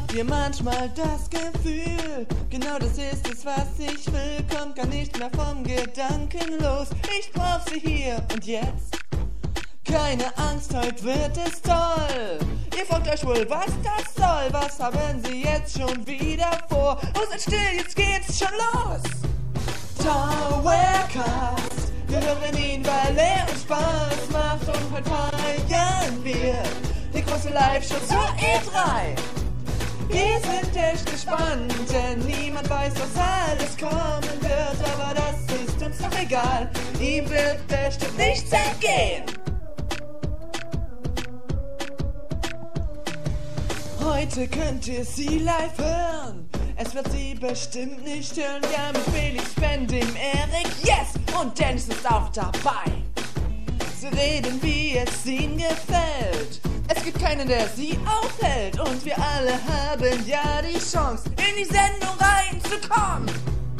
dir manchmal das Gefühl, genau das ist es, was ich will, kommt gar nicht mehr vom Gedanken los. Ich brauch sie hier und jetzt. Keine Angst, heute wird es toll. Ihr fragt euch wohl, was das soll. Was haben sie jetzt schon wieder vor? Oh, seid still, jetzt geht's schon los. Towercast, wir hören ihn, weil er uns Spaß macht. Und heute feiern wir die große Live-Show zur E3. Wir sind echt gespannt, denn niemand weiß, was alles kommen wird. Aber das ist uns doch egal, ihm wird bestimmt nichts entgehen. Heute könnt ihr sie live hören. Es wird sie bestimmt nicht hören. Ja, mit Felix, Ben, dem Erik, yes! Und Dennis ist auch dabei. Sie reden, wie es ihnen gefällt. Es gibt keinen, der sie aufhält. Und wir alle haben ja die Chance, in die Sendung reinzukommen.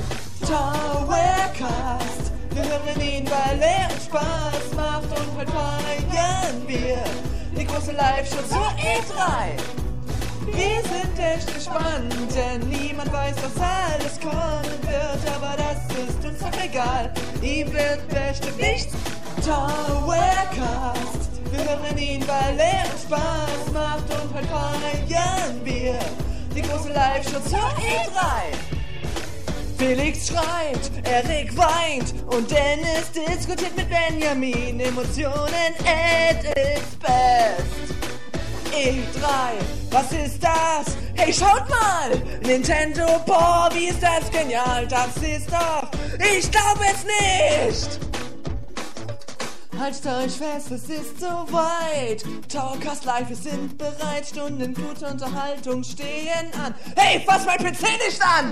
Towercast, wir hören ihn, weil er uns Spaß macht. Und heute feiern wir die große Live-Show zur E3. Wir sind echt gespannt, denn niemand weiß, was alles kommen wird. Aber das ist uns doch egal, ihm wird bestimmt nichts. Towercast, wir hören ihn, weil er uns Spaß macht. Und heute feiern wir die große Live-Show zur E3. Felix schreit, Erik weint und Dennis diskutiert mit Benjamin. Emotionen at its best. E3, was ist das? Hey, schaut mal! Nintendo, boah, wie ist das genial! Das ist doch... Ich glaube es nicht! Haltet euch fest, es ist soweit. Towercast Live, wir sind bereit. Stunden gute Unterhaltung stehen an. Hey, fass mein PC nicht an!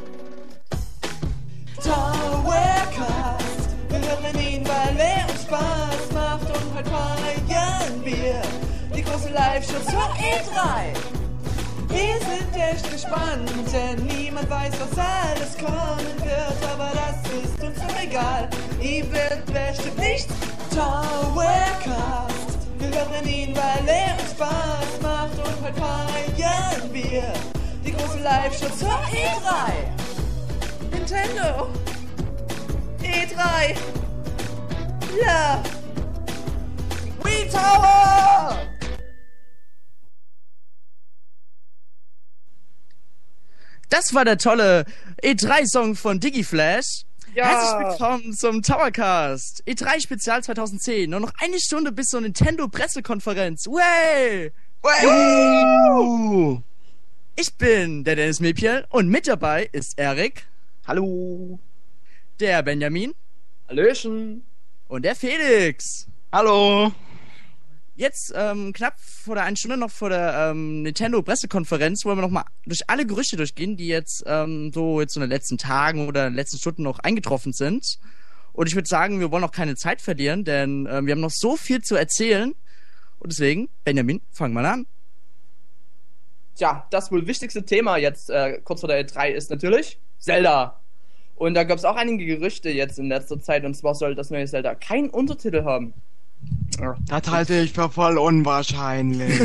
Towercast, wir hören ihn, weil er uns Spaß macht. Und heute feiern wir die große Live-Show zur E3. Wir sind echt gespannt, denn niemand weiß, was alles kommen wird. Aber das ist uns doch egal, ihm wird bestimmt nichts. Towercast, wir hören ihn, weil er uns Spaß macht. Und heute feiern wir die große Live-Show zur E3. Nintendo, E3, ja, Wii Tower! Das war der tolle E3-Song von Digiflash. Ja. Herzlich willkommen zum Towercast. E3-Spezial 2010. Nur noch eine Stunde bis zur Nintendo-Pressekonferenz. Way! Ich bin der Dennis Mepiel und mit dabei ist Erik. Hallo. Der Benjamin. Hallöchen. Und der Felix. Hallo. Jetzt knapp vor der 1 Stunde noch vor der Nintendo-Pressekonferenz wollen wir nochmal durch alle Gerüchte durchgehen, die jetzt so in den letzten Tagen oder in den letzten Stunden noch eingetroffen sind. Und ich würde sagen, wir wollen auch keine Zeit verlieren, denn wir haben noch so viel zu erzählen. Und deswegen, Benjamin, fang mal an. Tja, das wohl wichtigste Thema jetzt kurz vor der E3 ist natürlich Zelda. Und da gab es auch einige Gerüchte jetzt in letzter Zeit, und zwar soll das neue Zelda keinen Untertitel haben. Das halte ich für voll unwahrscheinlich.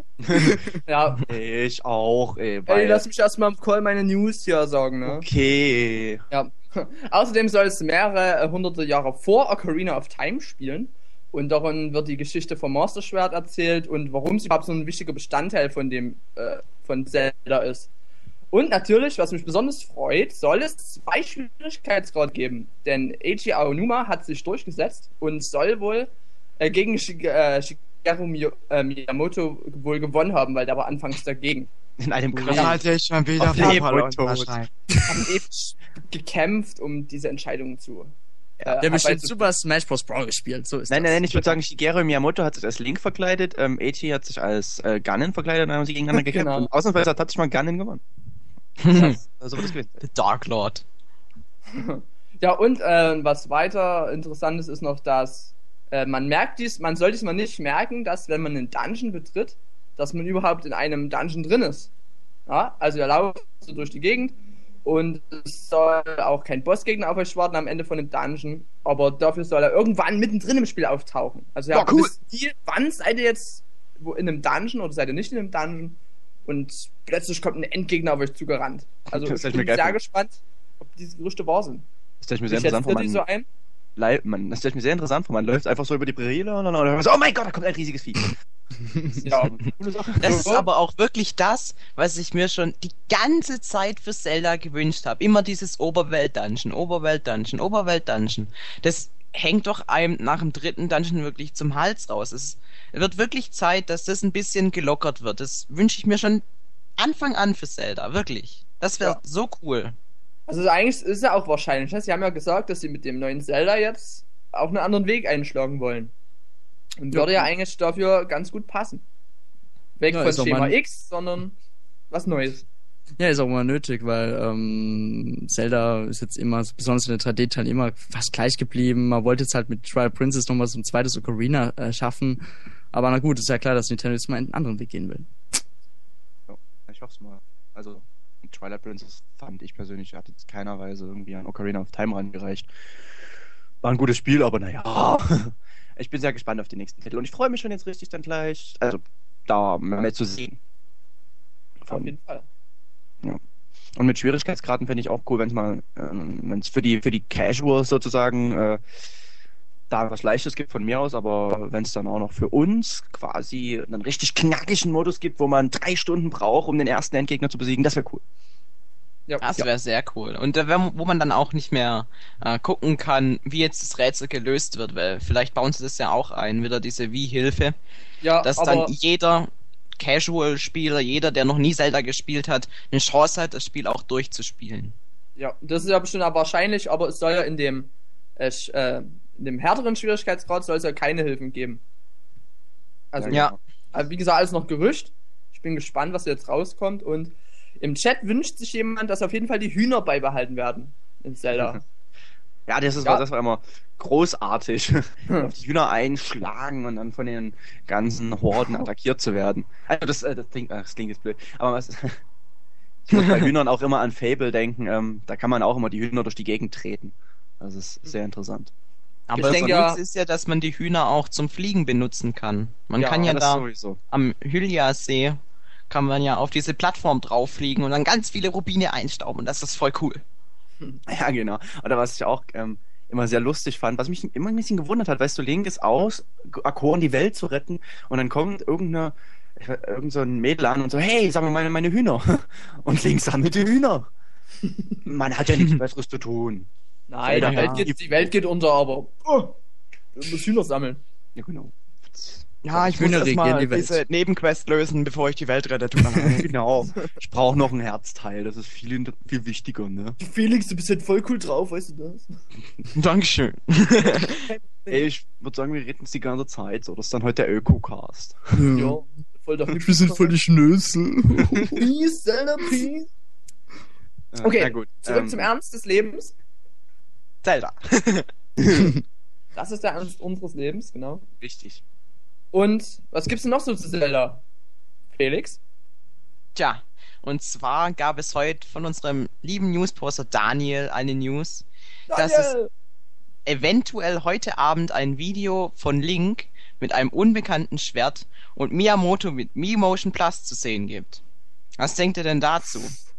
Ja. Ich auch, ey, lass mich erstmal im Call meine News hier sagen, ne? Okay. Ja. Außerdem soll es mehrere hunderte Jahre vor Ocarina of Time spielen. Und darin wird die Geschichte vom Master Schwert erzählt und warum es überhaupt so ein wichtiger Bestandteil von von Zelda ist. Und natürlich, was mich besonders freut, soll es 2 Schwierigkeitsgrade geben. Denn Eiji Aonuma hat sich durchgesetzt und soll wohl gegen Shigeru Miyamoto wohl gewonnen haben, weil der war anfangs dagegen. In einem Kampf halte ich schon wieder haben ewig gekämpft, um diese Entscheidung zu... der hat bestimmt Super Smash Bros. Brawl gespielt, so ist das. Nein, ich würde sagen, Shigeru Miyamoto hat sich als Link verkleidet, Eiji hat sich als Ganon verkleidet und dann haben sie gegeneinander gekämpft. Genau. Und ausnahmsweise hat sich mal Ganon gewonnen. So wird es gewesen. The Dark Lord. Ja, und was weiter Interessantes ist noch, dass man soll diesmal nicht merken, dass wenn man einen Dungeon betritt, dass man überhaupt in einem Dungeon drin ist. Ja, also er lauft so durch die Gegend und es soll auch kein Bossgegner auf euch warten am Ende von dem Dungeon, aber dafür soll er irgendwann mittendrin im Spiel auftauchen. Also ja, cool. Wann seid ihr jetzt in einem Dungeon oder seid ihr nicht in einem Dungeon? und plötzlich kommt ein Endgegner auf euch zugerannt. Also Das ich stell ich mir bin geil sehr vor. gespannt, ob diese Gerüchte wahr sind. Das stelle ich mir sehr Wie schätzt interessant vor. ihr die so ein? Das stelle ich mir sehr interessant vor. Man läuft einfach so über die Prärie und dann hört man so, oh mein Gott, da kommt ein riesiges Vieh. Ja. Coole Sache. Das ist aber auch wirklich das, was ich mir schon die ganze Zeit für Zelda gewünscht habe. Immer dieses Oberwelt-Dungeon, Oberwelt-Dungeon, Oberwelt-Dungeon. Das hängt doch einem nach dem 3. Dungeon wirklich zum Hals raus. Es wird wirklich Zeit, dass das ein bisschen gelockert wird. Das wünsche ich mir schon Anfang an für Zelda, wirklich. Das wäre so cool. Also eigentlich ist ja auch wahrscheinlich, ne? Sie haben ja gesagt, dass sie mit dem neuen Zelda jetzt auch einen anderen Weg einschlagen wollen. Und würde ja eigentlich dafür ganz gut passen. Weg von Schema X, sondern was Neues. Ja, ist auch mal nötig, weil Zelda ist jetzt immer, besonders in den 3D-Teilen, immer fast gleich geblieben. Man wollte jetzt halt mit Twilight Princess nochmal so ein zweites Ocarina schaffen. Aber na gut, ist ja klar, dass Nintendo jetzt mal einen anderen Weg gehen will. Ja, ich hoffe es mal. Also, Twilight Princess fand ich persönlich, hat jetzt keiner Weise irgendwie an Ocarina of Time rangereicht. War ein gutes Spiel, aber naja. Ich bin sehr gespannt auf die nächsten Titel und ich freue mich schon jetzt richtig dann gleich, also da mehr zu sehen. Auf jeden Fall. Ja. Und mit Schwierigkeitsgraden fände ich auch cool, wenn es für die Casuals sozusagen da was Leichtes gibt von mir aus, aber wenn es dann auch noch für uns quasi einen richtig knackigen Modus gibt, wo man 3 Stunden braucht, um den ersten Endgegner zu besiegen, das wäre cool. Ja. Das wäre sehr cool. Und wo man dann auch nicht mehr gucken kann, wie jetzt das Rätsel gelöst wird, weil vielleicht bauen sie das ja auch ein, wieder diese Wie-Hilfe, Ja, dass dann jeder Casual-Spieler, jeder, der noch nie Zelda gespielt hat, eine Chance hat, das Spiel auch durchzuspielen. Ja, das ist ja bestimmt auch wahrscheinlich, aber es soll ja in dem härteren Schwierigkeitsgrad soll es ja keine Hilfen geben. Also, Ja. Also wie gesagt, alles noch Gerücht. Ich bin gespannt, was jetzt rauskommt. Und im Chat wünscht sich jemand, dass auf jeden Fall die Hühner beibehalten werden in Zelda. Ja, das war immer großartig. Auf die Hühner einschlagen und dann von den ganzen Horden attackiert zu werden. Also das klingt jetzt blöd. Aber ich muss bei Hühnern auch immer an Fable denken. Da kann man auch immer die Hühner durch die Gegend treten. Das ist sehr interessant. Aber das Gute ist ja, dass man die Hühner auch zum Fliegen benutzen kann. Man kann ja da sowieso am Hylia-See kann man ja auf diese Plattform drauffliegen und dann ganz viele Rubine einstauben und das ist voll cool. Ja, genau. Oder was ich auch immer sehr lustig fand, was mich immer ein bisschen gewundert hat, weißt du, Link ist aus, Akkorn die Welt zu retten und dann kommt irgend so ein Mädel an und so, hey, sag mal meine Hühner. Und Link sammelt die Hühner. Man hat ja nichts Besseres zu tun. Nein, die Welt geht unter, aber du musst Hühner sammeln. Ja, genau. Ja, ich muss erstmal diese Nebenquest lösen, bevor ich die Welt rette. Genau. Ich brauche noch ein Herzteil, das ist viel wichtiger, ne? Felix, du bist halt voll cool drauf, weißt du das? Dankeschön. Ey, ich würde sagen, wir reden es die ganze Zeit, so. Das ist dann heute der Öko-Cast. Ja, voll der Wir sind voll die Schnösel. Peace, Zelda, peace. Okay, gut. Zurück zum Ernst des Lebens. Zelda. Das ist der Ernst unseres Lebens, genau. Richtig. Und was gibt's denn noch so zu Zelda? Felix? Tja, und zwar gab es heute von unserem lieben Newsposter Daniel eine News, dass es eventuell heute Abend ein Video von Link mit einem unbekannten Schwert und Miyamoto mit Miimotion Plus zu sehen gibt. Was denkt ihr denn dazu?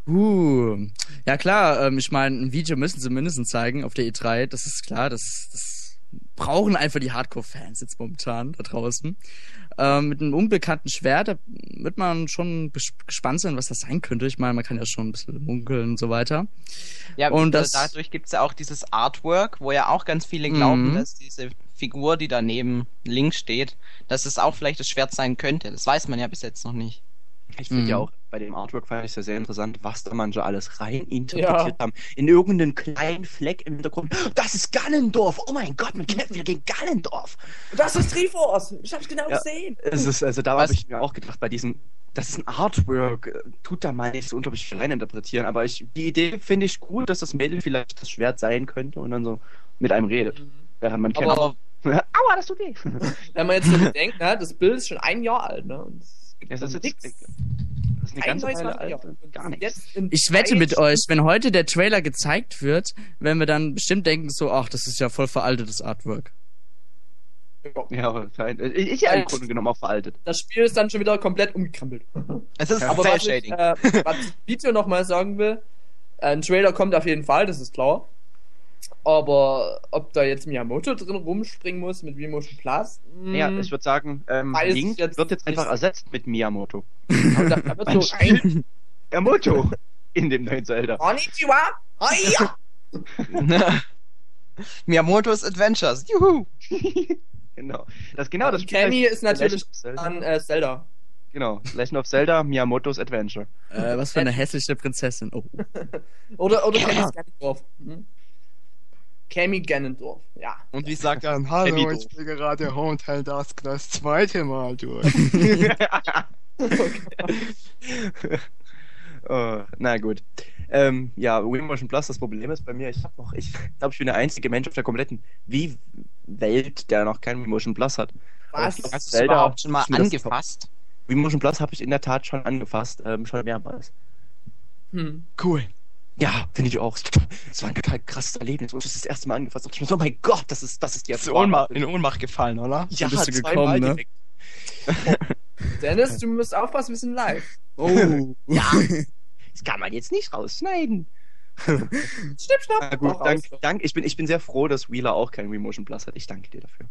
Ja klar, ich meine, ein Video müssen sie mindestens zeigen auf der E3, das ist klar, das brauchen einfach die Hardcore-Fans jetzt momentan da draußen. Mit einem unbekannten Schwert, da wird man schon gespannt sein, was das sein könnte. Ich meine, man kann ja schon ein bisschen munkeln und so weiter. Ja, und dadurch gibt es ja auch dieses Artwork, wo ja auch ganz viele glauben, dass diese Figur, die da neben Link steht, dass es auch vielleicht das Schwert sein könnte. Das weiß man ja bis jetzt noch nicht. Ich finde ja auch, bei dem Artwork fand ich es ja sehr interessant, was da manche alles rein interpretiert haben. In irgendeinen kleinen Fleck im Hintergrund. Das ist Ganondorf! Oh mein Gott, man kämpft wieder gegen Ganondorf! Das ist Triforce! Ich hab's genau gesehen! Da habe ich mir auch gedacht, bei diesem, das ist ein Artwork, tut da mal nicht so unglaublich viel rein interpretieren, aber die Idee finde ich gut, dass das Mädel vielleicht das Schwert sein könnte und dann so mit einem redet. Während man kennt. Aber aua, das tut weh! Wenn man jetzt so bedenkt, ne, das Bild ist schon 1 Jahr alt, ne? Und das ist eine ganze Weile alt. Gar nichts. Ich wette mit euch, wenn heute der Trailer gezeigt wird, werden wir dann bestimmt denken so, ach, das ist ja voll veraltetes Artwork. Ja, aber ist ja im Grunde genommen auch veraltet. Das Spiel ist dann schon wieder komplett umgekrempelt. Es ist Aber was ich, Cell-Shading. was ich Video nochmal sagen will, ein Trailer kommt auf jeden Fall, das ist klar. Aber ob da jetzt Miyamoto drin rumspringen muss mit V-Motion Plus? Ja, ich würde sagen, weiß Link jetzt wird jetzt einfach nicht. ersetzt mit Miyamoto. Da wird so ein Miyamoto in dem neuen Zelda. Konnichiwa! Hiya! Miyamoto's Adventures. Juhu! Genau. Das Und Kenny ist natürlich Zelda. an Zelda. Genau. Legend of Zelda, Miyamoto's Adventure. Was für eine hässliche Prinzessin. Oh. Oder Cammy Ganondorf. Cammy Ganondorf, ja. Und wie sagt er? Hallo, ich spiele gerade Haunted Dusk das zweite Mal durch. Oh, na gut. Ja, Wii Motion Plus, das Problem ist bei mir, ich glaube, ich bin der einzige Mensch auf der kompletten Wii-Welt, der noch kein Wii Motion Plus hat. Was? Ich glaub, Hast du es überhaupt schon mal angefasst? Wii Motion Plus habe ich in der Tat schon angefasst, schon mehrmals. Cool. Ja, finde ich auch. Es war ein total krasses Erlebnis. Und ich das erste Mal angefasst und ich mir so, oh mein Gott, das ist jetzt In Ohnmacht gefallen, oder? Ja, bist du zweimal gekommen, ne? direkt. Dennis, du musst aufpassen, wir sind live. Oh. Ja, das kann man jetzt nicht rausschneiden. Schnipp, schnapp. Na gut, Auch raus. danke. Ich bin sehr froh, dass Wheeler auch kein Wii Motion Plus hat. Ich danke dir dafür.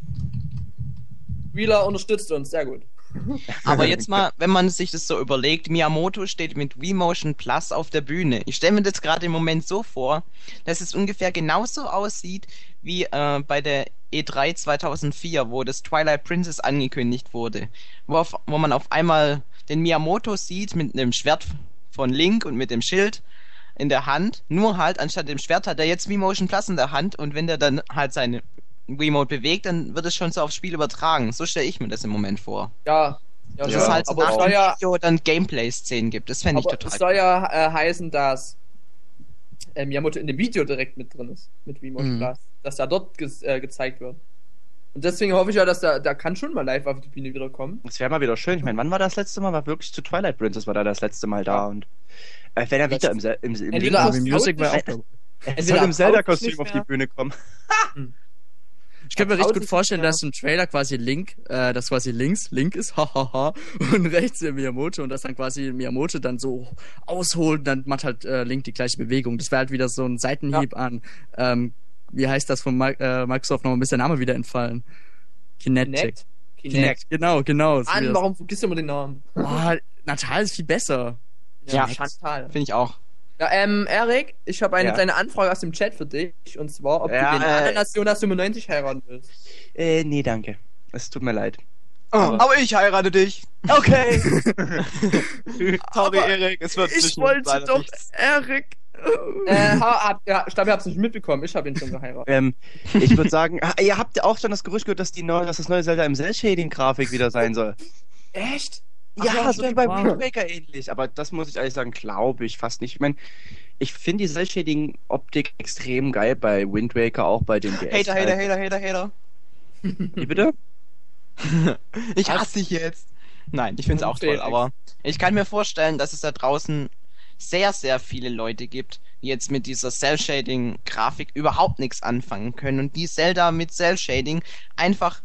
Wheeler unterstützt uns, sehr gut. Aber jetzt mal, wenn man sich das so überlegt, Miyamoto steht mit Wii Motion Plus auf der Bühne. Ich stelle mir das gerade im Moment so vor, dass es ungefähr genauso aussieht wie bei der E3 2004, wo das Twilight Princess angekündigt wurde. Wo man auf einmal den Miyamoto sieht mit einem Schwert von Link und mit dem Schild in der Hand. Nur halt, anstatt dem Schwert hat er jetzt Wii Motion Plus in der Hand und wenn der dann halt seine Wiimote bewegt, dann wird es schon so aufs Spiel übertragen. So stelle ich mir das im Moment vor. Ja, Dass schon. es halt so aber nach es dem soll ja, Video dann Gameplay-Szenen gibt. Das fände ich aber total es soll ja heißen, dass Miyamoto in dem Video direkt mit drin ist, mit Wii-Motion Plus. Dass er dort gezeigt wird. Und deswegen hoffe ich ja, dass da kann schon mal live auf die Bühne wieder kommen. Das wäre mal wieder schön. Ich meine, wann war das letzte Mal? War wirklich zu Twilight Princess war da das letzte Mal da und wenn er wieder im Entweder aus Music war auch Sound- dabei. er soll im Sound Zelda-Kostüm nicht auf die mehr. Bühne kommen. Ich kann mir richtig gut Außen- vorstellen, ja. dass im Trailer quasi Link Link ist, hahaha, und rechts der Miyamoto und dass dann quasi Miyamoto dann so ausholt, dann macht halt Link die gleiche Bewegung. Das wäre halt wieder so ein Seitenhieb an, wie heißt das von Microsoft nochmal, ist der Name wieder entfallen? Kinect. Genau. So Mann, wieder- warum vergisst du immer den Namen? Oh, Natal ist viel besser. Ja. Chantal. Finde ich auch. Ja, Erik, ich habe eine Ja. kleine Anfrage aus dem Chat für dich. Und zwar, ob Ja, du den Ananas Jonas 95 heiraten willst. Nee, danke. Es tut mir leid. Aber ich heirate dich. Okay. Sorry, Erik, es wird Ich zwischen uns wollte leider doch, nichts. Erik. Ich glaube, ihr habt es nicht mitbekommen. Ich habe ihn schon geheiratet. Ich würde sagen, ihr habt ja auch schon das Gerücht gehört, dass das neue Zelda im Cell-Shading-Grafik wieder sein soll. Echt? Ja, so wie bei wow. Wind Waker ähnlich. Aber das muss ich ehrlich sagen, glaube ich fast nicht. Ich meine, ich finde die Cell-Shading-Optik extrem geil bei Wind Waker, auch bei den DS. Hater. Wie bitte? Ich hasse dich jetzt. Nein, ich finde es auch toll, Felix. aber ich kann mir vorstellen, dass es da draußen sehr, sehr viele Leute gibt, die jetzt mit dieser Cell-Shading-Grafik überhaupt nichts anfangen können und die Zelda mit Cell-Shading einfach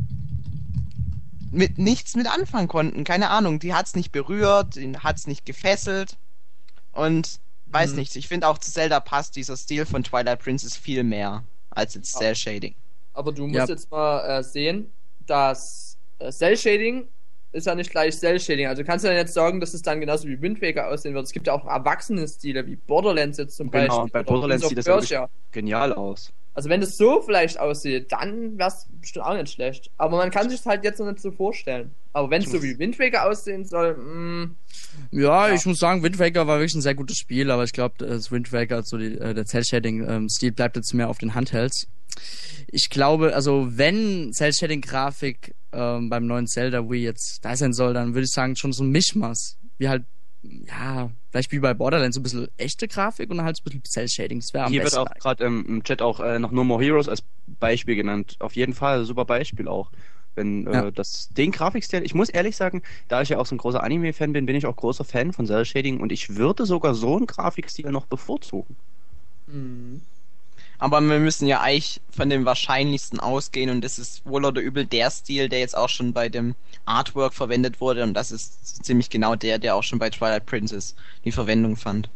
mit nichts mit anfangen konnten. Keine Ahnung, die hat's nicht berührt, die hat's nicht gefesselt und weiß nicht, ich finde auch zu Zelda passt dieser Stil von Twilight Princess viel mehr als jetzt Cell-Shading. Aber du musst Ja. jetzt mal sehen, dass Cell-Shading ist ja nicht gleich Cell-Shading. Also kannst du dann jetzt sagen, dass es dann genauso wie Wind Waker aussehen wird. Es gibt ja auch erwachsene Stile, wie Borderlands jetzt zum Genau, Beispiel. bei oder Borderlands Prince sieht of das ja wirklich Persia. genial aus. Also wenn das so vielleicht aussieht, dann wäre es bestimmt auch nicht schlecht. Aber man kann sich halt jetzt noch nicht so vorstellen. Aber wenn es so wie Wind Waker aussehen soll, Ja, ich muss sagen, Wind Waker war wirklich ein sehr gutes Spiel, aber ich glaube, das Wind Waker, also der Cell-Shading-Stil bleibt jetzt mehr auf den Handhelds. Ich glaube, also wenn Cell-Shading-Grafik beim neuen Zelda Wii jetzt da sein soll, dann würde ich sagen, schon so ein Mischmasch. Wie halt, ja, vielleicht wie bei Borderlands, so ein bisschen echte Grafik und dann halt so ein bisschen Cell-Shading. Das wäre am Hier wird besten. auch gerade im Chat auch noch No More Heroes als Beispiel genannt. Auf jeden Fall, super Beispiel auch. Wenn Ja. den Grafikstil, ich muss ehrlich sagen, da ich ja auch so ein großer Anime-Fan bin, bin ich auch großer Fan von Cell-Shading und ich würde sogar so einen Grafikstil noch bevorzugen. Aber wir müssen ja eigentlich von dem Wahrscheinlichsten ausgehen und das ist wohl oder übel der Stil, der jetzt auch schon bei dem Artwork verwendet wurde und das ist ziemlich genau der auch schon bei Twilight Princess die Verwendung fand.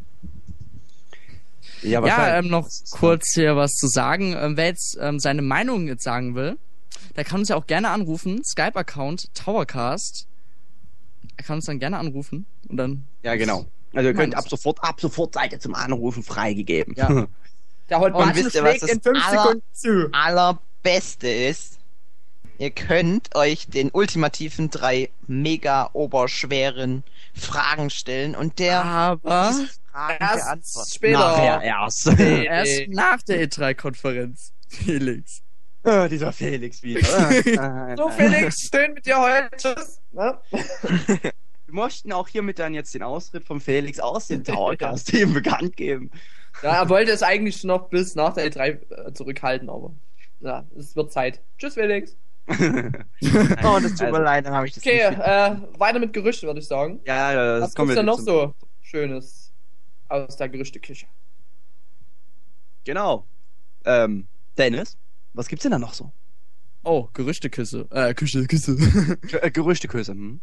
Ja, Ja, noch kurz hier was zu sagen. Wer jetzt seine Meinung jetzt sagen will, der kann uns ja auch gerne anrufen. Skype-Account Towercast. Er kann uns dann gerne anrufen und dann. Ja, genau. Also ihr könnt Meinst ab sofort seid ihr zum Anrufen freigegeben. Ja. Der Hot Und Button wisst ihr, was schlägt das in 5 Sekunden zu. allerbeste ist? Ihr könnt euch den ultimativen 3 mega oberschweren Fragen stellen und der Aber diese Fragen Erst beantwortet. später. Nachher erst. erst nach der E3-Konferenz. Felix. Dieser Felix wieder. So, Felix, schön mit dir heute. Tschüss. Ne? Wir möchten auch hiermit dann jetzt den Austritt von Felix aus dem Towercast-Team bekannt geben. Ja, er wollte es eigentlich noch bis nach der E3 zurückhalten, aber ja, es wird Zeit. Tschüss, Felix. Oh, das tut mir leid, dann habe ich das Okay, nicht. weiter mit Gerüchten, würde ich sagen. Ja, das Was kommen gibt's wir denn noch zum- so Schönes aus der Gerüchteküche? Genau. Dennis, was gibt's denn da noch so? Oh, Gerüchteküsse. Küsse. Gerüchteküsse. Hm?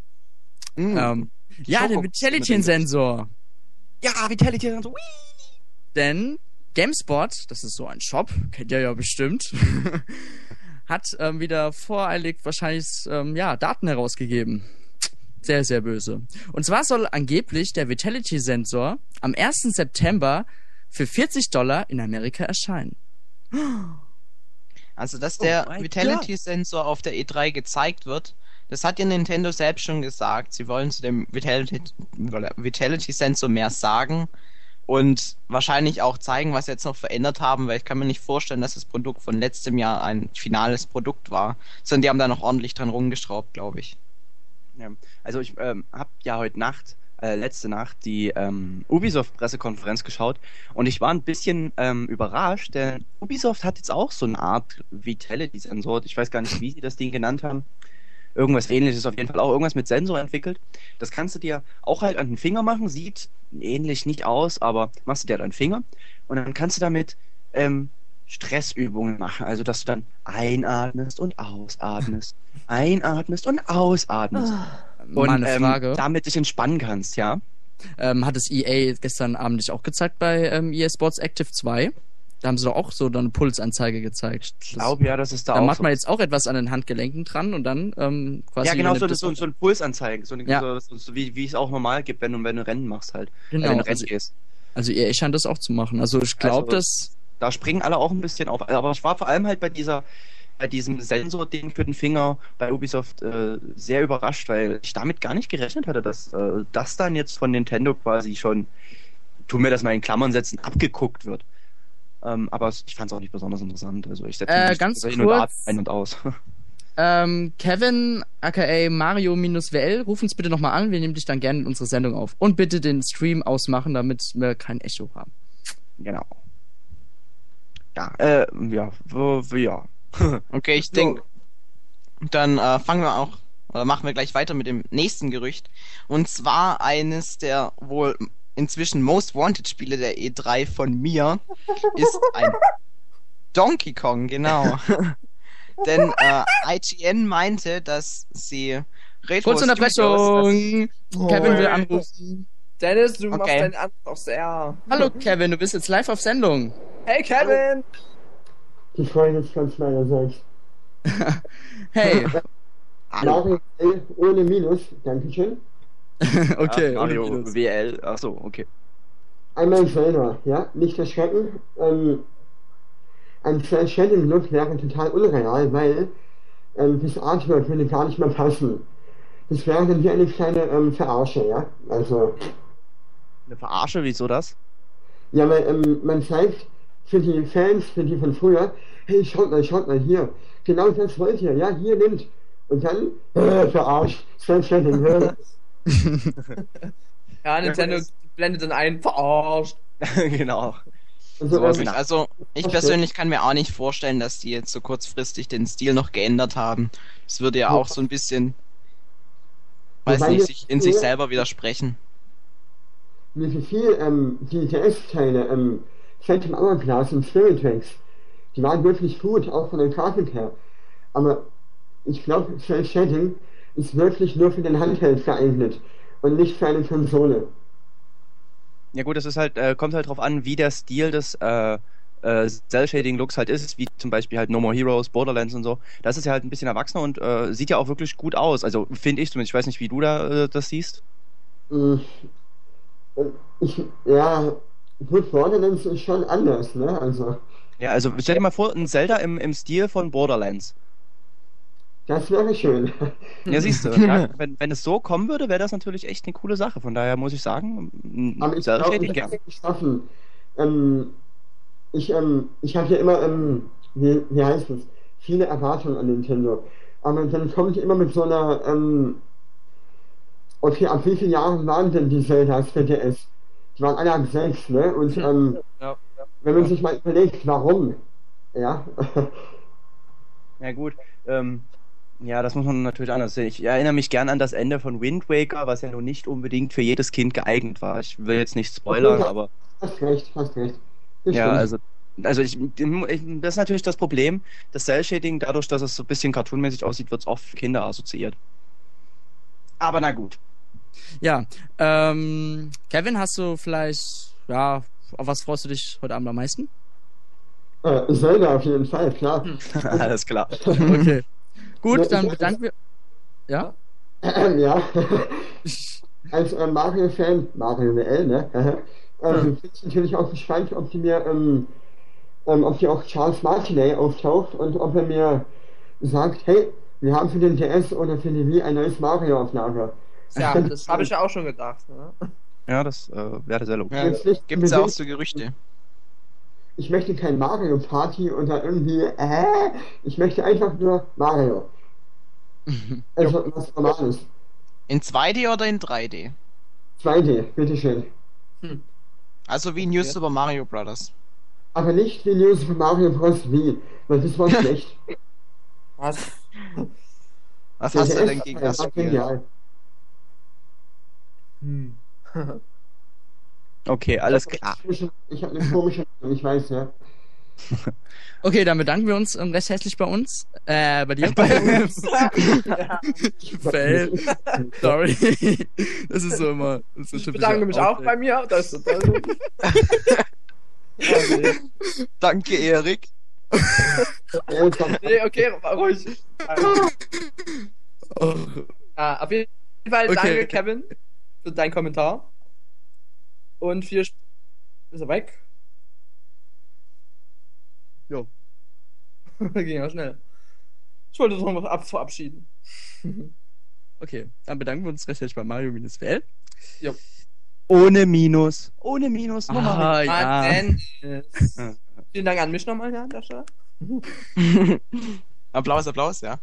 Ja, der Schoko- Vitality-Sensor. Ja, Vitality und so. Denn GameSpot, das ist so ein Shop, kennt ihr ja bestimmt, hat wieder voreilig wahrscheinlich Daten herausgegeben. Sehr, sehr böse. Und zwar soll angeblich der Vitality-Sensor am 1. September für $40 in Amerika erscheinen. Also, dass der mein Vitality-Sensor auf der E3 gezeigt wird, das hat ja Nintendo selbst schon gesagt. Sie wollen zu dem Vitality-Sensor mehr sagen und wahrscheinlich auch zeigen, was sie jetzt noch verändert haben, weil ich kann mir nicht vorstellen, dass das Produkt von letztem Jahr ein finales Produkt war, sondern die haben da noch ordentlich dran rumgeschraubt, glaube ich. Ja. Also ich habe ja heute Nacht, letzte Nacht, die Ubisoft-Pressekonferenz geschaut und ich war ein bisschen überrascht, denn Ubisoft hat jetzt auch so eine Art Vitality-Sensor. Ich weiß gar nicht, wie sie das Ding genannt haben. Irgendwas ähnliches, auf jeden Fall auch irgendwas mit Sensor entwickelt. Das kannst du dir auch halt an den Finger machen, sieht ähnlich nicht aus, aber machst du dir an den Finger und dann kannst du damit Stressübungen machen. Also, dass du dann einatmest und ausatmest. Einatmest und ausatmest. Und Mal eine Frage. damit dich entspannen kannst, ja. Hat es EA gestern Abend nicht auch gezeigt bei EA Sports Active 2? Da haben sie doch auch so dann eine Pulsanzeige gezeigt. Ich glaube ja, das ist da Da auch macht so. man jetzt auch etwas an den Handgelenken dran und dann quasi... Ja, genau, nimmt so, das- so ein Pulsanzeigen, Ja. so wie es auch normal gibt, wenn du Rennen machst halt. Genau, Wenn du Rennen also- gehst. Also EA scheint das auch zu machen. Also ich glaube, Also- dass... Da springen alle auch ein bisschen auf. Aber ich war vor allem halt bei diesem Sensor-Ding für den Finger bei Ubisoft sehr überrascht, weil ich damit gar nicht gerechnet hatte, dass das dann jetzt von Nintendo quasi schon, tu mir das mal in Klammern setzen, abgeguckt wird. Aber ich fand es auch nicht besonders interessant. Also ich setze mich ganz hin und ab, kurz- ein und aus. Kevin, aka Mario-WL, ruf uns bitte nochmal an. Wir nehmen dich dann gerne in unsere Sendung auf. Und bitte den Stream ausmachen, damit wir kein Echo haben. Genau. Ja, ja. Okay, ich denke, dann fangen wir auch, oder machen wir gleich weiter mit dem nächsten Gerücht. Und zwar eines der wohl inzwischen Most Wanted Spiele der E3 von mir ist ein Donkey Kong, genau. Denn IGN meinte, dass sie Retro Kurze Unterbrechung. Kevin will anrufen. Dennis, du machst Okay. deinen Anruf sehr. Hallo Kevin, du bist jetzt live auf Sendung. Hey, Kevin! Die Freude ist ganz meinerseits. Hey. Mario L ohne Minus, Dankeschön. Okay. Mario ohne Minus. WL, achso, okay. Einmal selber, ja, nicht erschrecken. Ein Stellenlook wäre total unreal, weil das Artwork würde gar nicht mehr passen. Das wäre dann wie eine kleine Verarsche, ja. Also, Eine Verarsche, wieso das? ja, weil man zeigt für die Fans, für die von früher, hey, schaut mal hier. Genau das wollt ihr, ja, hier nimmt. Und dann, verarscht, Stellenlook. Ja, Nintendo blendet dann ein, verarscht. Genau. Also, Sowas Also, ich persönlich kann mir auch nicht vorstellen, dass die jetzt so kurzfristig den Stil noch geändert haben. Das würde ja auch so ein bisschen, weiß Wobei nicht, jetzt sich in sich hier- selber widersprechen. wie viel die DS-Teile Phantom Hourglass und Spirit Tracks. Die waren wirklich gut, auch von der Grafik her. Aber ich glaube, Cell Shading ist wirklich nur für den Handheld geeignet und nicht für eine Konsole. Ja gut, das ist halt, kommt halt drauf an, wie der Stil des Cell-Shading-Looks halt ist, wie zum Beispiel halt No More Heroes, Borderlands und so. Das ist ja halt ein bisschen erwachsener und sieht ja auch wirklich gut aus. Also finde ich zumindest. Ich weiß nicht, wie du da das siehst. Ja, gut, Borderlands ist schon anders, ne? Also, Ja, also stell dir mal vor, ein Zelda im Stil von Borderlands. das wäre schön. Ja, siehst du, ja, wenn es so kommen würde, wäre das natürlich echt eine coole Sache. Von daher muss ich sagen, Aber ich glaube, Cell-Shading das gerne. ist nicht schaffen. Ich habe ja immer, wie heißt es, viele Erwartungen an Nintendo. Aber dann komme ich immer mit so einer, okay, ab wie vielen Jahren waren denn die Zeldas für DS? Die waren alle ab 6, ne? Und Ja. wenn man sich mal überlegt, warum, ja, Ja gut, ja, das muss man natürlich anders sehen. Ich erinnere mich gern an das Ende von Wind Waker, was ja nun nicht unbedingt für jedes Kind geeignet war. Ich will jetzt nicht spoilern, aber hast recht, hast recht. Das ja, stimmt. also das ist natürlich das Problem. Das Cell-Shading, dadurch, dass es so ein bisschen cartoonmäßig aussieht, wird es oft für Kinder assoziiert. Aber na gut. Ja, Kevin, hast du vielleicht, ja, auf was freust du dich heute Abend am meisten? Zelda auf jeden Fall, klar. Alles klar. Okay. Gut, Ja, dann ich- bedanken wir. Ja? Ja. Als Mario-Fan, Mario WL, ne? Bin ich natürlich auch gespannt, ob die mir, ob die auch Charles Martinet auftaucht und ob er mir sagt, hey, wir haben für den DS oder für die Wii ein neues Mario auf Lager. Ja, könnte das habe ich ja auch schon gedacht. Ne? Ja, das wäre sehr logisch. Ja, Jetzt nicht gibt's ja auch unbedingt- so Gerüchte. Ich möchte kein Mario Party oder irgendwie, ich möchte einfach nur Mario. Also was Normales. In 2D oder in 3D? 2D, bitteschön. Also wie New Super Mario Bros. Aber nicht wie New Super Mario Bros. Wii, weil das war schlecht. Was? Was Der hast du DS denn gegen war das Spiel? genial. Okay, alles klar. Ich habe eine komische, ich weiß, ja. Okay, dann bedanken wir uns recht herzlich bei uns. Bei dir. Fail. Sorry. Das ist so immer. Das ist so Ich typischer bedanke mich auch Outbreak. bei mir. Das ist total gut. Danke, Erik. Nee, okay, ruhig. Oh. Auf jeden Fall Okay. danke, Kevin, für deinen Kommentar. Und viel Ist er weg? Jo. Ging ja schnell. Ich wollte doch noch verabschieden. Okay, dann bedanken wir uns recht herzlich bei Mario-WL. Ohne Minus. Ohne Minus. Nummer. Ah, ja. Mann, vielen Dank an mich nochmal hier an der Stelle. Applaus, Applaus, ja.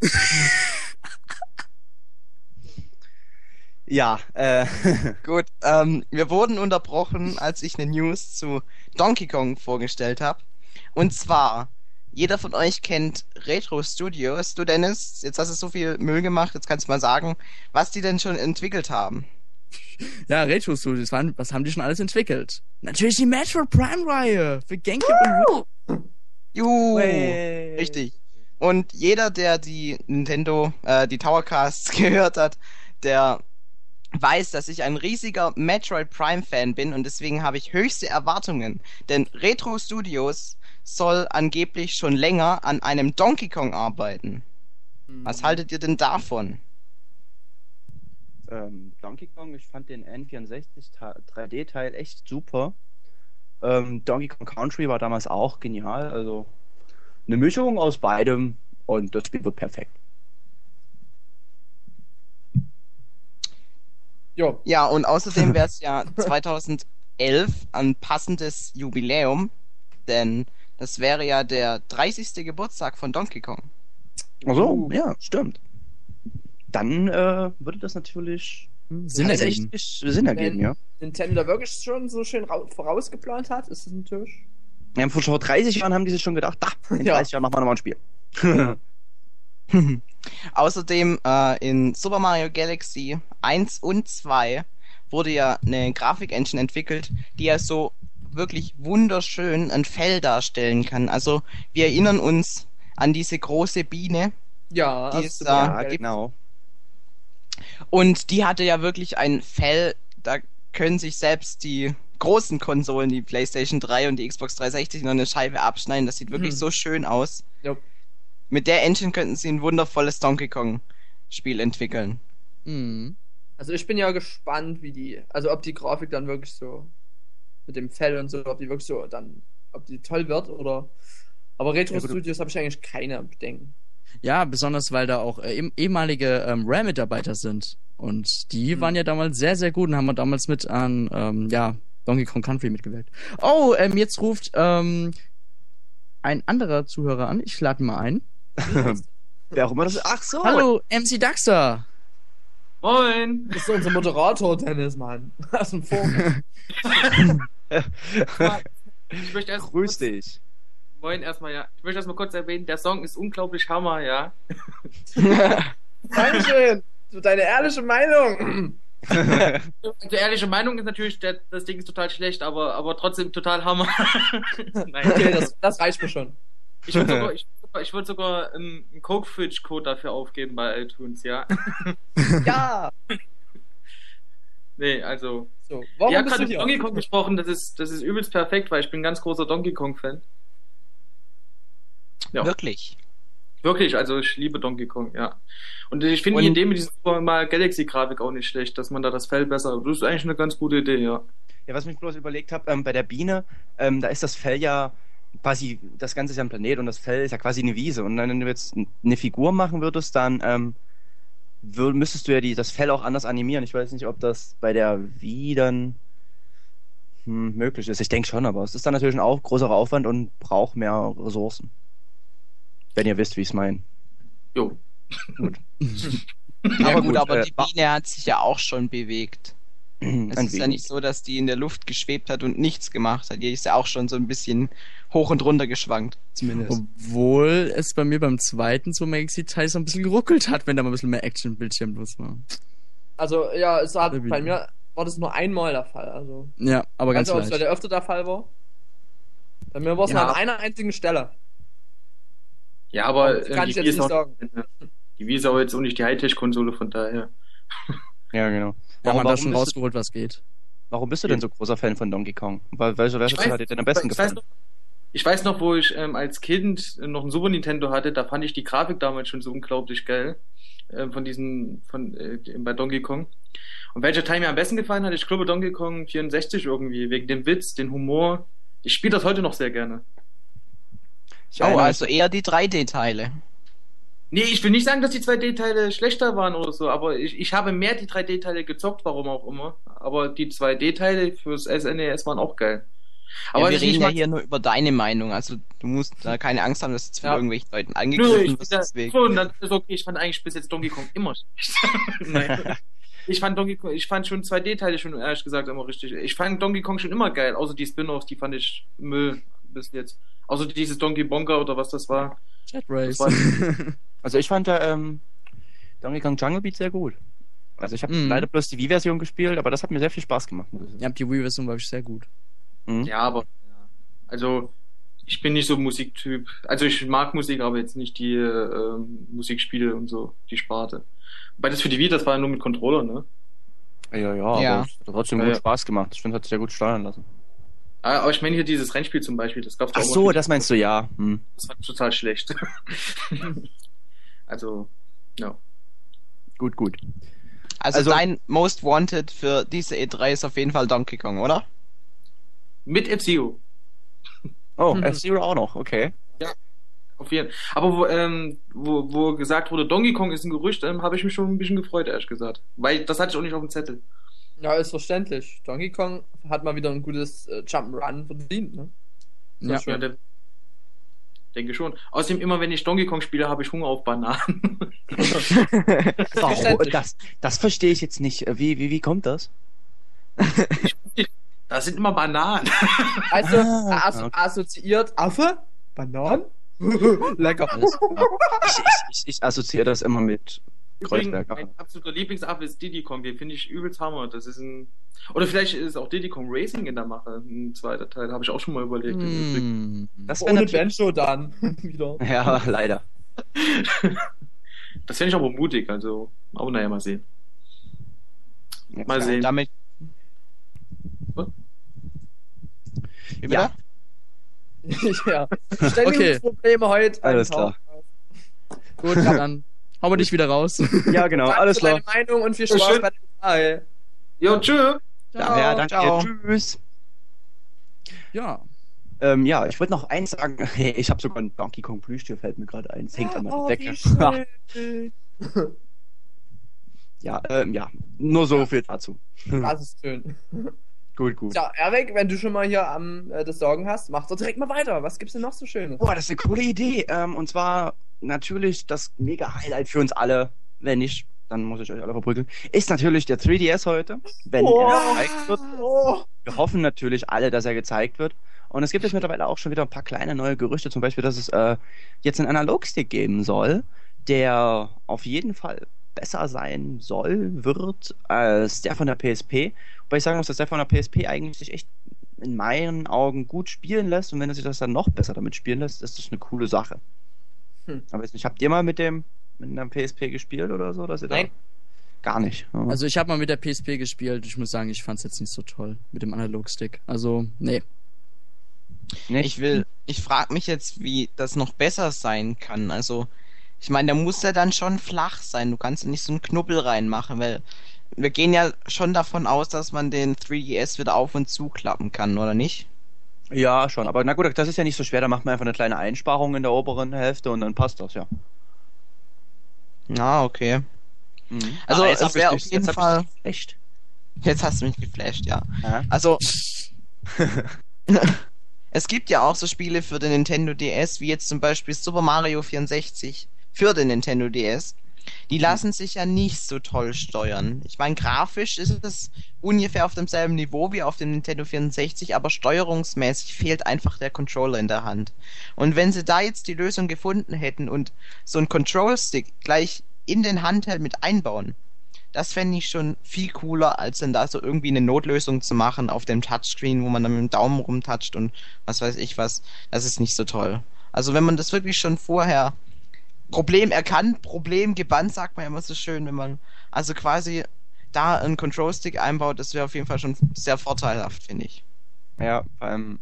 Ja, Gut, wir wurden unterbrochen, als ich eine News zu Donkey Kong vorgestellt habe. Und zwar, jeder von euch kennt Retro Studios. Du, Dennis, jetzt hast du so viel Müll gemacht, jetzt kannst du mal sagen, was die denn schon entwickelt haben. Ja, Retro Studios, was haben die schon alles entwickelt? Natürlich die Metroid Prime-Reihe für GameCube und Wii. Juhu, richtig. Und jeder, der die Nintendo, die Towercasts gehört hat, der weiß, dass ich ein riesiger Metroid Prime Fan bin und deswegen habe ich höchste Erwartungen. Denn Retro Studios soll angeblich schon länger an einem Donkey Kong arbeiten. Was haltet ihr denn davon? Donkey Kong, ich fand den N64 3D-Teil echt super. Donkey Kong Country war damals auch genial. Also eine Mischung aus beidem und das Spiel wird perfekt. Jo. Ja, und außerdem wäre es ja 2011 ein passendes Jubiläum, denn das wäre ja der 30. Geburtstag von Donkey Kong. Also, ja, stimmt. Dann würde das natürlich Sinn ergeben. tatsächlich Sinn ergeben, ja. Nintendo da wirklich schon so schön vorausgeplant hat, ist das natürlich. Ja, vor 30 Jahren haben die sich schon gedacht, in Ja. 30 Jahren machen wir nochmal ein Spiel. Außerdem in Super Mario Galaxy 1 und 2 wurde ja eine Grafik-Engine entwickelt, die ja so wirklich wunderschön ein Fell darstellen kann. Also wir erinnern uns an diese große Biene. Ja, Die hast ist du da, mir erzählt. genau. Und die hatte ja wirklich ein Fell, da können sich selbst die großen Konsolen, die PlayStation 3 und die Xbox 360 noch eine Scheibe abschneiden. Das sieht wirklich so schön aus. Ja. Mit der Engine könnten sie ein wundervolles Donkey Kong Spiel entwickeln. Mhm. Also ich bin ja gespannt, also ob die Grafik dann wirklich so mit dem Fell und so, ob die wirklich so dann, ob die toll wird oder. Aber Retro Studios habe ich eigentlich keine Bedenken. Ja, besonders weil da auch ehemalige Rare-Mitarbeiter sind. Und die waren ja damals sehr, sehr gut und haben wir damals mit an Donkey Kong Country mitgewirkt. Oh, jetzt ruft ein anderer Zuhörer an. Ich lade ihn mal ein. Wer auch immer das ist. Ach so. Hallo, MC Daxter. Moin! Das ist unser Moderator, Dennis, Mann. Aus dem Forum. Ich möchte erst Grüß dich. Moin erstmal, ja. Ich möchte erstmal kurz erwähnen, der Song ist unglaublich Hammer, ja. Dankeschön. So deine ehrliche Meinung. Die ehrliche Meinung ist natürlich, das Ding ist total schlecht, aber trotzdem total Hammer. Nein. Okay, das reicht mir schon. Ich würde sogar einen Coke-Fridge-Code dafür aufgeben bei iTunes, ja. Ja. Nee, also. So, warum Ihr habt bist gerade du über hier? Donkey Kong gesprochen, das ist übelst perfekt, weil ich bin ein ganz großer Donkey Kong-Fan. Ja. Wirklich. Wirklich, also ich liebe Donkey Kong, ja. Und ich finde die Idee mit dieser Super Mario Galaxy-Grafik auch nicht schlecht, dass man da das Fell besser. Das ist eigentlich eine ganz gute Idee, ja. Ja, was mich bloß überlegt habe, bei der Biene, da ist das Fell ja quasi, das Ganze ist ja ein Planet und das Fell ist ja quasi eine Wiese. Und wenn du jetzt eine Figur machen würdest, dann müsstest du ja das Fell auch anders animieren. Ich weiß nicht, ob das bei der Wii dann möglich ist. Ich denke schon, aber es ist dann natürlich ein größerer Aufwand und braucht mehr Ressourcen. Wenn ihr wisst, wie ich es meine. Jo. Gut. Ja, gut, aber die Biene hat sich ja auch schon bewegt. Es ein ist ja wenig. nicht so, dass die in der Luft geschwebt hat und nichts gemacht hat. Die ist ja auch schon so ein bisschen hoch und runter geschwankt, zumindest. Obwohl es bei mir beim zweiten so Maxi-Teil so ein bisschen geruckelt hat, wenn da mal ein bisschen mehr Action im Bildschirm los war. Also, ja, bei mir war das nur einmal der Fall. Also, Ja, aber ganz ob es bei leicht. der öfter der Fall war. Bei mir war es Ja. nur an einer einzigen Stelle. Ja, aber Das kann ich die jetzt Wii ist nicht auch, sagen. die Wii ist auch jetzt auch nicht die Hightech-Konsole, von daher. Ja, genau. Ja, man hat da warum schon bist du- rausgeholt, was geht. Warum bist du denn so großer Fan von Donkey Kong? Welcher hat dir denn am besten gefallen? Ich weiß noch, wo ich als Kind noch ein Super Nintendo hatte, da fand ich die Grafik damals schon so unglaublich geil. Bei Donkey Kong. Und welcher Teil mir am besten gefallen hat, ich glaube Donkey Kong 64 irgendwie, wegen dem Witz, den Humor. Ich spiele das heute noch sehr gerne. Ich Oh, erinnere also eher die 3D-Teile. Nee, ich will nicht sagen, dass die 2D-Teile schlechter waren oder so, aber ich habe mehr die 3D-Teile gezockt, warum auch immer. Aber die 2D-Teile fürs SNES waren auch geil. Aber Aber wir was ich reden nicht ja mag- hier nur über deine Meinung. Also du musst da keine Angst haben, dass du jetzt von Ja. irgendwelchen Leuten Nö, angegriffen wirst. Deswegen. das ist okay. Ich fand eigentlich bis jetzt Donkey Kong immer schlecht. Nein. Ich fand schon 2D-Teile schon ehrlich gesagt immer richtig. Ich fand Donkey Kong schon immer geil, außer die Spin-offs, die fand ich Müll bis jetzt. Außer dieses Donkey Bonga oder was das war. Chat Race. Das Also ich fand Donkey Kong Jungle Beat sehr gut. Also ich habe Mhm. leider bloß die Wii-Version gespielt, aber das hat mir sehr viel Spaß gemacht. muss ich sagen. Ja, die Wii-Version war ich sehr gut. Mhm. Ja, aber also ich bin nicht so Musiktyp. Also ich mag Musik, aber jetzt nicht die Musikspiele und so, die Sparte. Wobei das für die Wii, das war ja nur mit Controller, ne? Ja, Ja. aber es hat trotzdem Ja, gut ja. Spaß gemacht. Ich finde, hat sich sehr gut steuern lassen. Aber ich meine hier dieses Rennspiel zum Beispiel, das gab's Ach auch so, mal. das meinst du, ja. Hm. Das war total schlecht. Also, ja. Gut. Also, Also- dein Most Wanted für diese E3 ist auf jeden Fall Donkey Kong, oder? Mit F-Zero. Oh, F-Zero auch noch, okay. Auf jeden Fall. Aber wo gesagt wurde, Donkey Kong ist ein Gerücht, habe ich mich schon ein bisschen gefreut, ehrlich gesagt. Weil das hatte ich auch nicht auf dem Zettel. Ja, ist verständlich. Donkey Kong hat mal wieder ein gutes Jump'n'Run verdient, ne? Ja. Ja, denke schon. Außerdem, immer wenn ich Donkey Kong spiele, habe ich Hunger auf Bananen. Warum? Verständlich. Das verstehe ich jetzt nicht. Wie kommt das? Das sind immer Bananen. Also, okay. assoziiert Affe? Bananen? Lecker. Alles klar. Ich assoziiere das immer mit Übrigens, Kreuzberg. mein absoluter Lieblingsaffe ist Diddy Kong, den finde ich übelst Hammer. Das ist ein. Oder vielleicht ist auch Diddy Kong Racing in der Mache, ein zweiter Teil, habe ich auch schon mal überlegt. Das wäre Ohne natürlich... Benjo dann wieder. Ja, leider. Das fände ich aber mutig, also. Aber naja, mal sehen. Mal sehen. Damit. Was? Wie Ja. Ja. Ständigungsprobleme heute. Alles klar. Gut, dann hauen wir dich wieder raus. Ja, genau, Danke alles für deine klar. Meinung und viel Ja, Spaß schön. bei der Wahl. Jo, tschö. Ja, danke. Ciao. Tschüss. Ja. Ja, ich wollte noch eins sagen. Hey, ich habe sogar einen Donkey Kong Plüschtier, fällt mir gerade ein. Es hängt an meiner Decke. Ja, nur so viel dazu. Das ist schön. Gut. Ja, Erik, wenn du schon mal hier das Sorgen hast, mach doch direkt mal weiter. Was gibt's denn noch so Schönes? Boah, das ist eine coole Idee. Und zwar natürlich das mega Highlight für uns alle. Wenn nicht, dann muss ich euch alle verprügeln. Ist natürlich der 3DS heute, wenn er gezeigt wird. Oh. Wir hoffen natürlich alle, dass er gezeigt wird. Und es gibt jetzt mittlerweile auch schon wieder ein paar kleine neue Gerüchte, zum Beispiel, dass es jetzt einen Analogstick geben soll, der auf jeden Fall besser sein wird als der von der PSP. Wobei ich sagen muss, dass der von der PSP eigentlich sich echt in meinen Augen gut spielen lässt, und wenn er sich das dann noch besser damit spielen lässt, ist das eine coole Sache. Aber jetzt nicht, habt ihr mal mit einer PSP gespielt oder so? Dass ihr Nein. Da gar nicht. Ja. Also ich habe mal mit der PSP gespielt. Ich muss sagen, ich fand's jetzt nicht so toll mit dem Analogstick. Also, nee. Nicht? Ich frage mich jetzt, wie das noch besser sein kann. Also, ich meine, da muss ja dann schon flach sein. Du kannst ja nicht so einen Knubbel reinmachen, weil wir gehen ja schon davon aus, dass man den 3DS wieder auf und zuklappen kann, oder nicht? Ja, schon. Aber na gut, das ist ja nicht so schwer. Da macht man einfach eine kleine Einsparung in der oberen Hälfte und dann passt das, ja. Ah, okay. Mhm. Also, jetzt es hab wäre ich auf dich- jeden jetzt hab Fall. ich dich Echt? Jetzt hast du mich geflasht, ja. Ja. Also, es gibt ja auch so Spiele für den Nintendo DS, wie jetzt zum Beispiel Super Mario 64 für den Nintendo DS. Die lassen sich ja nicht so toll steuern. Ich meine, grafisch ist es ungefähr auf demselben Niveau wie auf dem Nintendo 64, aber steuerungsmäßig fehlt einfach der Controller in der Hand. Und wenn sie da jetzt die Lösung gefunden hätten und so einen Control-Stick gleich in den Handheld mit einbauen, das fände ich schon viel cooler, als dann da so irgendwie eine Notlösung zu machen auf dem Touchscreen, wo man dann mit dem Daumen rumtatscht und was weiß ich was. Das ist nicht so toll. Also wenn man das wirklich schon vorher Problem erkannt, Problem gebannt, sagt man ja immer so schön, wenn man also quasi da einen Control-Stick einbaut, das wäre auf jeden Fall schon sehr vorteilhaft, finde ich. Ja, vor allem,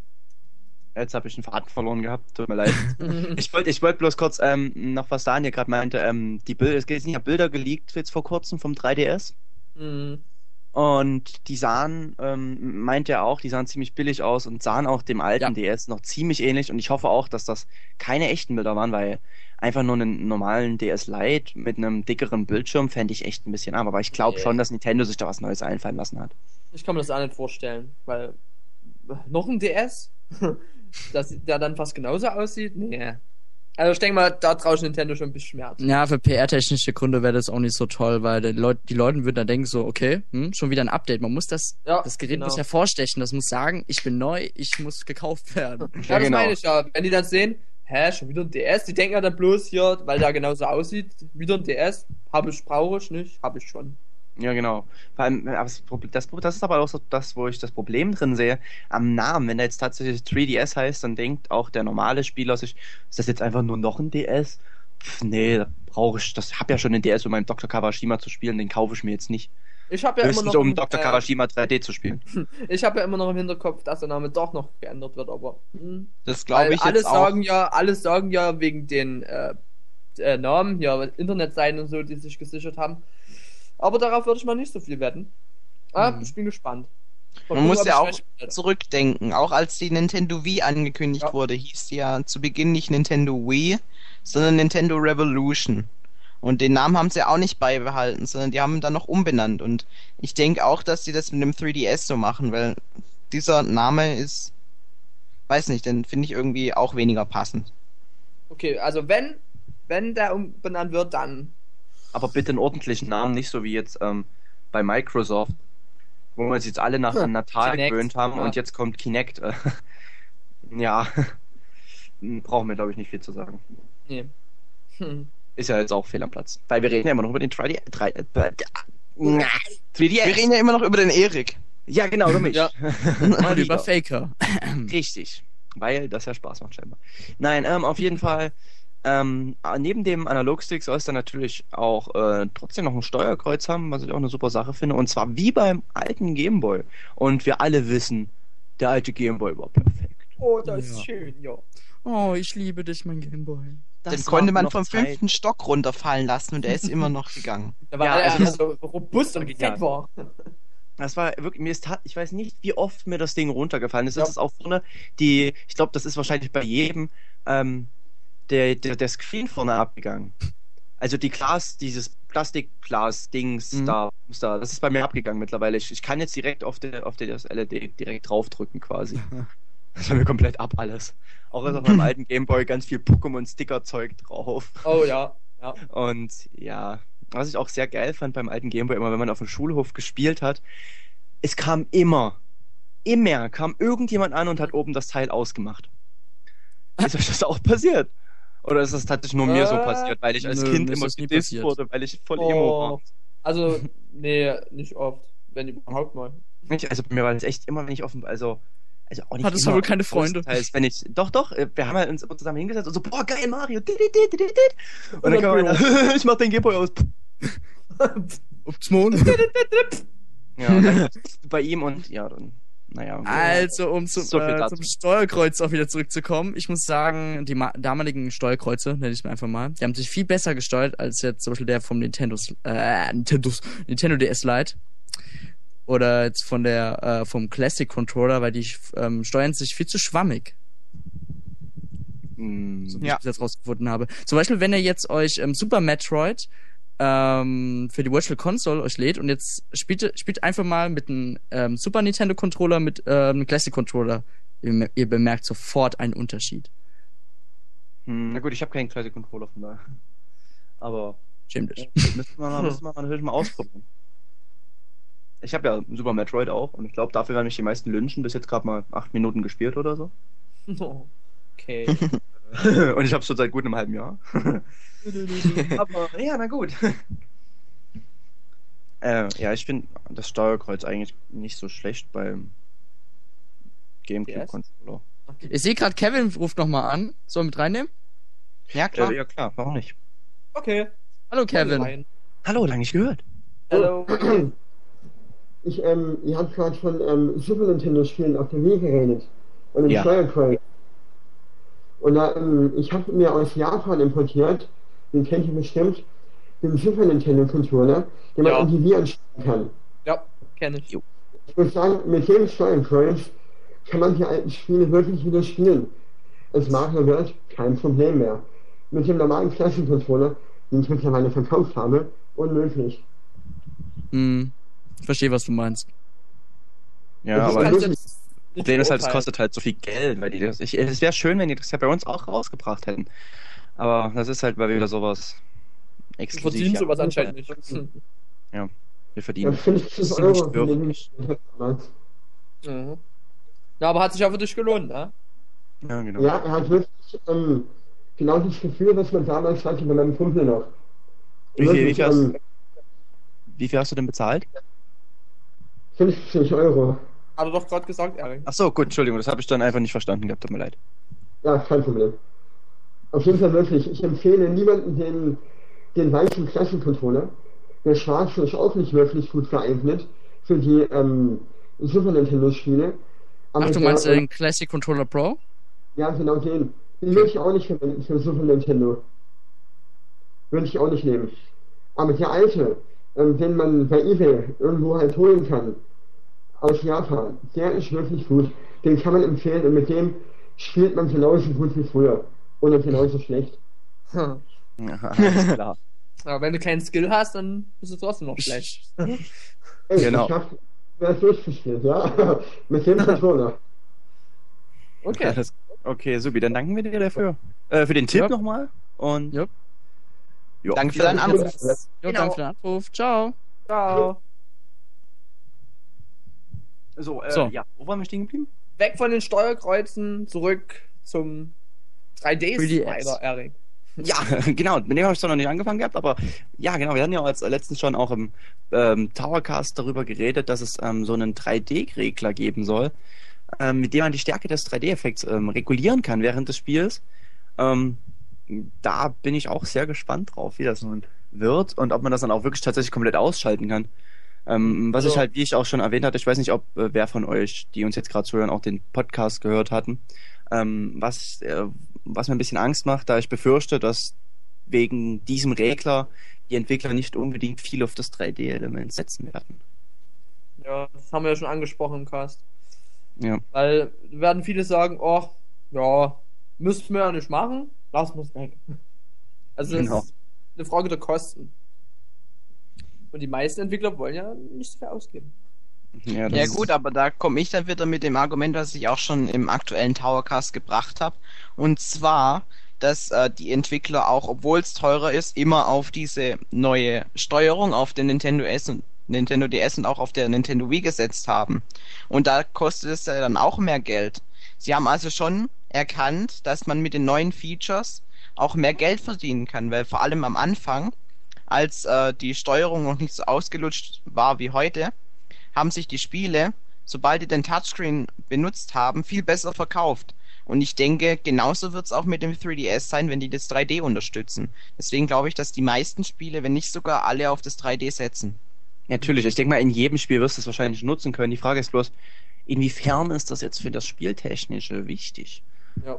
jetzt habe ich einen Faden verloren gehabt, tut mir leid. Ich wollte bloß kurz noch was Daniel gerade meinte, es gibt ja Bilder geleakt jetzt vor kurzem vom 3DS. Mhm. Und die sahen, meint er auch, die sahen ziemlich billig aus und sahen auch dem alten Ja. DS noch ziemlich ähnlich. Und ich hoffe auch, dass das keine echten Bilder waren, weil einfach nur einen normalen DS Lite mit einem dickeren Bildschirm fände ich echt ein bisschen arm. Aber ich glaube Nee. schon, dass Nintendo sich da was Neues einfallen lassen hat. Ich kann mir das auch nicht vorstellen, weil noch ein DS, der dann fast genauso aussieht? Nee. Also ich denke mal, da traut Nintendo schon ein bisschen mehr. Ja, für PR-technische Gründe wäre das auch nicht so toll, weil die Leute würden dann denken so, okay, schon wieder ein Update. Man muss das Gerät genau. muss hervorstechen, das muss sagen, ich bin neu, ich muss gekauft werden. Ja, das genau. meine ich ja. Wenn die dann sehen, schon wieder ein DS, die denken ja dann bloß hier, weil der genauso aussieht, wieder ein DS, brauche ich nicht, habe ich schon. Ja, genau. Vor allem, aber das ist aber auch so das, wo ich das Problem drin sehe, am Namen. Wenn der jetzt tatsächlich 3DS heißt, dann denkt auch der normale Spieler sich, ist das jetzt einfach nur noch ein DS? Nee, da brauche ich, das hab ja schon den DS, um meinen Dr. Kawashima zu spielen, den kaufe ich mir jetzt nicht. Ich habe ja immer Höchstens noch um Dr. Kawashima 3D zu spielen. ich habe ja immer noch im Hinterkopf, dass der Name doch noch geändert wird, aber Das glaube weil ich alle jetzt auch. sagen ja wegen den Namen hier, Internetseiten und so, die sich gesichert haben. Aber darauf würde ich mal nicht so viel wetten. Ich bin gespannt. Man muss ja auch Zurück. zurückdenken. Auch als die Nintendo Wii angekündigt wurde, hieß die ja zu Beginn nicht Nintendo Wii, sondern Nintendo Revolution. Und den Namen haben sie auch nicht beibehalten, sondern die haben ihn dann noch umbenannt. Und ich denke auch, dass die das mit dem 3DS so machen, weil dieser Name ist, weiß nicht, den finde ich irgendwie auch weniger passend. Okay, also wenn der umbenannt wird, dann. Aber bitte einen ordentlichen Namen, nicht so wie jetzt bei Microsoft, wo wir uns jetzt alle an Natal Kinect, gewöhnt haben ja. und jetzt kommt Kinect. Ja, brauchen wir, glaube ich, nicht viel zu sagen. Nee. ist ja jetzt auch fehl am Platz. Weil wir reden ja immer noch über den 3DS. Wir reden ja immer noch über den Erik. Ja, genau, über mich. Ja. Mal Und über wieder. Faker. Richtig. Weil das ja Spaß macht scheinbar. Nein, auf jeden Fall, neben dem Analogstick soll es dann natürlich auch trotzdem noch ein Steuerkreuz haben, was ich auch eine super Sache finde. Und zwar wie beim alten Gameboy. Und wir alle wissen, der alte Gameboy war perfekt. Oh, das ist Ja. schön, ja. Oh, ich liebe dich, mein Gameboy. Das Den konnte waren man noch vom Zeiten. 5. Stock runterfallen lassen und er ist immer noch gegangen. Da war Ja, er also so robust und genial. fett war. Das war wirklich, ich weiß nicht, wie oft mir das Ding runtergefallen ist. Ja. Das ist auch vorne ich glaube, das ist wahrscheinlich bei jedem, der Screen vorne abgegangen. Also dieses Plastikglas-Dings da, das ist bei mir abgegangen mittlerweile. Ich kann jetzt direkt auf das LED direkt draufdrücken quasi. Das war mir komplett ab alles. Auch ist auf meinem alten Gameboy ganz viel Pokémon-Sticker-Zeug drauf. Oh ja, ja. Und ja, was ich auch sehr geil fand beim alten Gameboy, immer wenn man auf dem Schulhof gespielt hat, es kam immer kam irgendjemand an und hat oben das Teil ausgemacht. Ist euch das auch passiert? Oder ist das tatsächlich nur mir so passiert, weil ich als Nö, Kind mir ist immer das nie gedisst passiert. wurde, weil ich voll Emo war? Also, nee, nicht oft. Wenn überhaupt mal. Nicht? Also bei mir war das echt immer, wenn ich offen, also auch nicht Hattest immer, du wohl keine Freunde? größtenteils, wenn ich, doch, wir haben halt uns immer zusammen hingesetzt und so, boah, geil, Mario, und dann kam einer, ich mach den Gameboy aus. Ups, Mond. Ja, und dann bei ihm und, ja, dann, naja. Also, um zum dazu. Steuerkreuz auch wieder zurückzukommen. Ich muss sagen, die damaligen Steuerkreuze, nenne ich mir einfach mal, die haben sich viel besser gesteuert als jetzt zum Beispiel der vom Nintendo DS Lite. Oder jetzt vom Classic Controller, weil die steuern sich viel zu schwammig, so wie ich bis jetzt rausgefunden habe. Zum Beispiel, wenn ihr jetzt euch Super Metroid für die Virtual Console euch lädt und jetzt spielt einfach mal mit einem Super Nintendo Controller mit einem Classic Controller. Ihr bemerkt sofort einen Unterschied. Na gut, ich habe keinen Classic Controller von daher. Aber Schäm dich. müssen wir natürlich mal ausprobieren. Ich habe ja Super Metroid auch und ich glaube, dafür werden mich die meisten lynchen. Bis jetzt gerade mal 8 Minuten gespielt oder so. Okay. Und ich habe es schon seit gut einem halben Jahr. Aber ja, na gut. Ja, ich finde das Steuerkreuz eigentlich nicht so schlecht beim GameCube-Controller. Ich sehe gerade, Kevin ruft nochmal an. Sollen wir mit reinnehmen? Ja, klar. Ja, klar, warum nicht? Okay. Hallo, Kevin. Rein. Hallo, lange nicht gehört. Hallo. Ihr habt gerade von Super Nintendo Spielen auf der Wii geredet. Und im Ja. Steuerkreuz. Und da, ich habe mir aus Japan importiert, den kennt ihr bestimmt, den Super Nintendo Controller, den man Ja. an die Wii anschließen kann. Ja, kenne ich. Ich muss sagen, mit dem Steuerkreuz kann man die alten Spiele wirklich wieder spielen. Als Mario World kein Problem mehr. Mit dem normalen Classic Controller, den ich mittlerweile verkauft habe, unmöglich. Ich verstehe, was du meinst. Ja, Das ist aber ganz- das jetzt nicht Problem ist halt, es beurteilen. kostet halt so viel Geld, weil es wäre schön, wenn die das ja bei uns auch rausgebracht hätten. Aber das ist halt, weil wir wieder sowas Du exklusiv verdienst haben. sowas anscheinend nicht. Wir Ja, verdienen. 50 ziemlich Euro für störrisch. den Mhm. Ja, aber hat sich auch für dich gelohnt, ne? Ja, genau. Ja, er hat wirklich genau das Gefühl, was man damals hatte bei meinem Kumpel noch. Wie viel Wirklich, Wie viel hast du denn bezahlt? 50 Euro. Hat er doch gerade gesagt, Erik. Ach so, gut, Entschuldigung, das habe ich dann einfach nicht verstanden gehabt, tut mir leid. Ja, kein Problem. Auf jeden Fall wirklich, ich empfehle niemanden den weißen Classic Controller. Der schwarze ist auch nicht wirklich gut geeignet für die Super Nintendo Spiele. Aber Ach, du der, meinst den Classic Controller Pro? ja, genau den. Den würde ich auch nicht verwenden für Super Nintendo. Würde ich auch nicht nehmen. Aber der alte, den man bei eBay irgendwo halt holen kann, aus Japan, der ist wirklich gut. Den kann man empfehlen und mit dem spielt man genauso gut wie früher. Oder genauso schlecht. Hm. Ja, alles klar. Aber wenn du keinen Skill hast, dann bist du trotzdem noch schlecht. Ey, Genau. ich hab das durchgespielt, ja. Mit dem Controller. Okay. Alles, okay, Subi, dann danken wir dir dafür. Für den Tipp Ja. nochmal. Und Ja. Jo. Danke für deinen Anruf. Jo, Genau. danke für den Anruf. Ciao. Ciao. So, So. ja, wo waren wir stehen geblieben? Weg von den Steuerkreuzen, zurück zum 3D-Slider, 3DS. Erik. Ja, genau, mit dem habe ich zwar noch nicht angefangen gehabt, aber ja, genau, wir hatten ja als letztens schon auch im Towercast darüber geredet, dass es so einen 3D-Regler geben soll, mit dem man die Stärke des 3D-Effekts regulieren kann während des Spiels. Da bin ich auch sehr gespannt drauf, wie das nun wird und ob man das dann auch wirklich tatsächlich komplett ausschalten kann. Was ich halt, wie ich auch schon erwähnt hatte, ich weiß nicht, ob wer von euch, die uns jetzt gerade zuhören, auch den Podcast gehört hatten, was mir ein bisschen Angst macht, da ich befürchte, dass wegen diesem Regler die Entwickler nicht unbedingt viel auf das 3D-Element setzen werden. Ja, das haben wir ja schon angesprochen im Cast. Ja. Weil werden viele sagen, oh, ja, müssten wir ja nicht machen, lassen wir es weg. Also Genau. das ist eine Frage der Kosten. Und die meisten Entwickler wollen ja nicht so viel ausgeben. Ja, Ja gut, aber da komme ich dann wieder mit dem Argument, was ich auch schon im aktuellen Towercast gebracht habe. Und zwar, dass die Entwickler auch, obwohl es teurer ist, immer auf diese neue Steuerung auf den Nintendo S und Nintendo DS und auch auf der Nintendo Wii gesetzt haben. Und da kostet es ja dann auch mehr Geld. Sie haben also schon erkannt, dass man mit den neuen Features auch mehr Geld verdienen kann, weil vor allem am Anfang, als die Steuerung noch nicht so ausgelutscht war wie heute, haben sich die Spiele, sobald die den Touchscreen benutzt haben, viel besser verkauft. Und ich denke, genauso wird es auch mit dem 3DS sein, wenn die das 3D unterstützen. Deswegen glaube ich, dass die meisten Spiele, wenn nicht sogar alle, auf das 3D setzen. Natürlich, ich denke mal, in jedem Spiel wirst du es wahrscheinlich nutzen können. Die Frage ist bloß, inwiefern ist das jetzt für das Spieltechnische wichtig? Ja.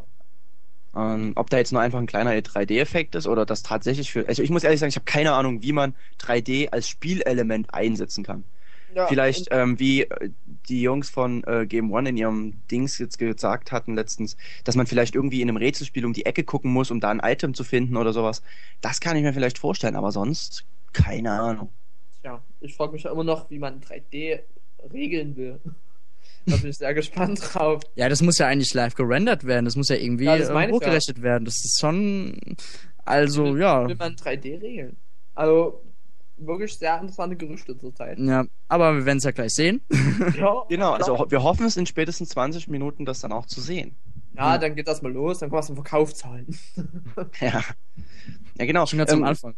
Ob da jetzt nur einfach ein kleiner 3D-Effekt ist oder das tatsächlich für... Also ich muss ehrlich sagen, ich habe keine Ahnung, wie man 3D als Spielelement einsetzen kann. Ja, Vielleicht, wie die Jungs von Game One in ihrem Dings jetzt gesagt hatten letztens, dass man vielleicht irgendwie in einem Rätselspiel um die Ecke gucken muss, um da ein Item zu finden oder sowas. Das kann ich mir vielleicht vorstellen, aber sonst keine Ahnung. ja, ich frage mich ja immer noch, wie man 3D regeln will. Da bin ich sehr gespannt drauf. Ja, das muss ja eigentlich live gerendert werden. Das muss ja irgendwie Ja, das meine ich hochgerechnet werden. Das ist schon, also, ja. Will man 3D regeln? Also, wirklich sehr interessante Gerüchte zurzeit. Ja, aber wir werden es ja gleich sehen. Ja, Genau, also wir hoffen es in spätestens 20 Minuten, das dann auch zu sehen. ja, dann geht das mal los, dann kommen wir zum Verkaufszahlen. Ja. Ja, genau. Schon ganz am Anfang.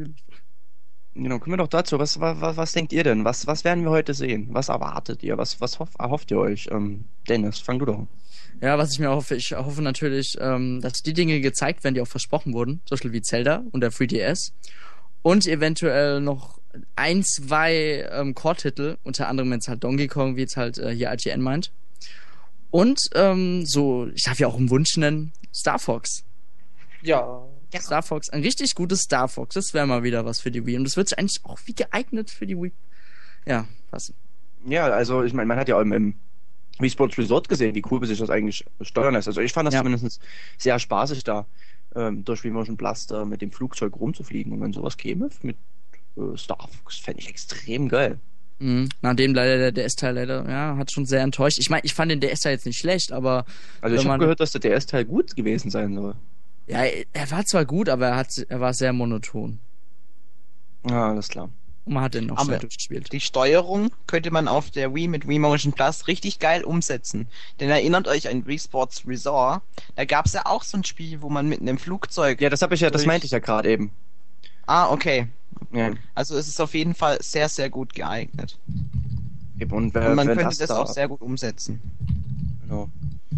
Genau, kommen wir doch dazu. Was denkt ihr denn? Was werden wir heute sehen? Was erwartet ihr? Was erhofft ihr euch? Dennis, fang du doch an. Ja, was ich mir hoffe, ich hoffe natürlich, dass die Dinge gezeigt werden, die auch versprochen wurden, zum Beispiel wie Zelda und der 3DS. Und eventuell noch ein, zwei Core-Titel, unter anderem jetzt halt Donkey Kong, wie jetzt halt hier IGN meint. Und so, ich darf ja auch einen Wunsch nennen, Star Fox. Ja. Star Fox, ein richtig gutes Star Fox, das wäre mal wieder was für die Wii. Und das wird sich eigentlich auch wie geeignet für die Wii. Ja, passen. Ja, also ich meine, man hat ja im Wii Sports Resort gesehen, wie cool sich das eigentlich steuern lässt. Also ich fand das zumindest sehr spaßig, da durch Wii Motion Plus mit dem Flugzeug rumzufliegen. Und wenn sowas käme mit Star Fox, fände ich extrem geil. Mhm. Nachdem leider der DS-Teil leider, ja, hat schon sehr enttäuscht. Ich meine, ich fand den DS-Teil jetzt nicht schlecht, aber... Also ich habe gehört, dass der DS-Teil gut gewesen sein soll. Ja, er war zwar gut, aber er war sehr monoton. Ja, alles klar. Und man hat den noch Aber schnell durchgespielt. Die Steuerung könnte man auf der Wii mit Wii Motion Plus richtig geil umsetzen. Denn erinnert euch an Wii Sports Resort, da gab es ja auch so ein Spiel, wo man mit einem Flugzeug... Ja, das meinte ich ja gerade eben. Ah, okay. Ja. Also es ist auf jeden Fall sehr, sehr gut geeignet. Und Und man könnte das auch sehr gut umsetzen. Genau.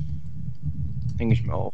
Denke ich mir auch.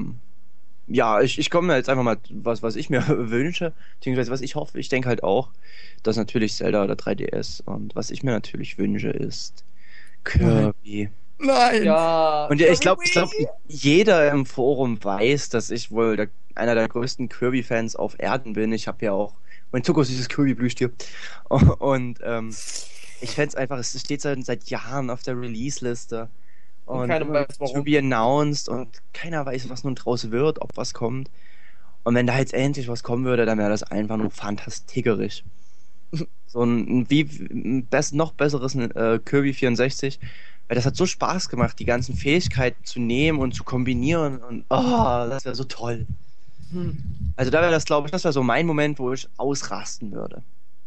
Ja, ich komme jetzt einfach mal, was ich mir wünsche, beziehungsweise was ich hoffe. Ich denke halt auch, dass natürlich Zelda oder 3DS und was ich mir natürlich wünsche ist Kirby. Nein! Ja. Und ich glaube, jeder im Forum weiß, dass ich wohl einer der größten Kirby-Fans auf Erden bin. Ich habe ja auch mein zuckersüßes Kirby-Plüschtier. Und ich fände es einfach, es steht seit Jahren auf der Release-Liste. Und keiner weiß, warum. to be announced und keiner weiß, was nun draus wird, ob was kommt. Und wenn da jetzt endlich was kommen würde, dann wäre das einfach nur fantastikerisch. So ein noch besseres Kirby 64, weil das hat so Spaß gemacht, die ganzen Fähigkeiten zu nehmen und zu kombinieren und das wäre so toll. Also da wäre das, glaube ich, das wäre so mein Moment, wo ich ausrasten würde.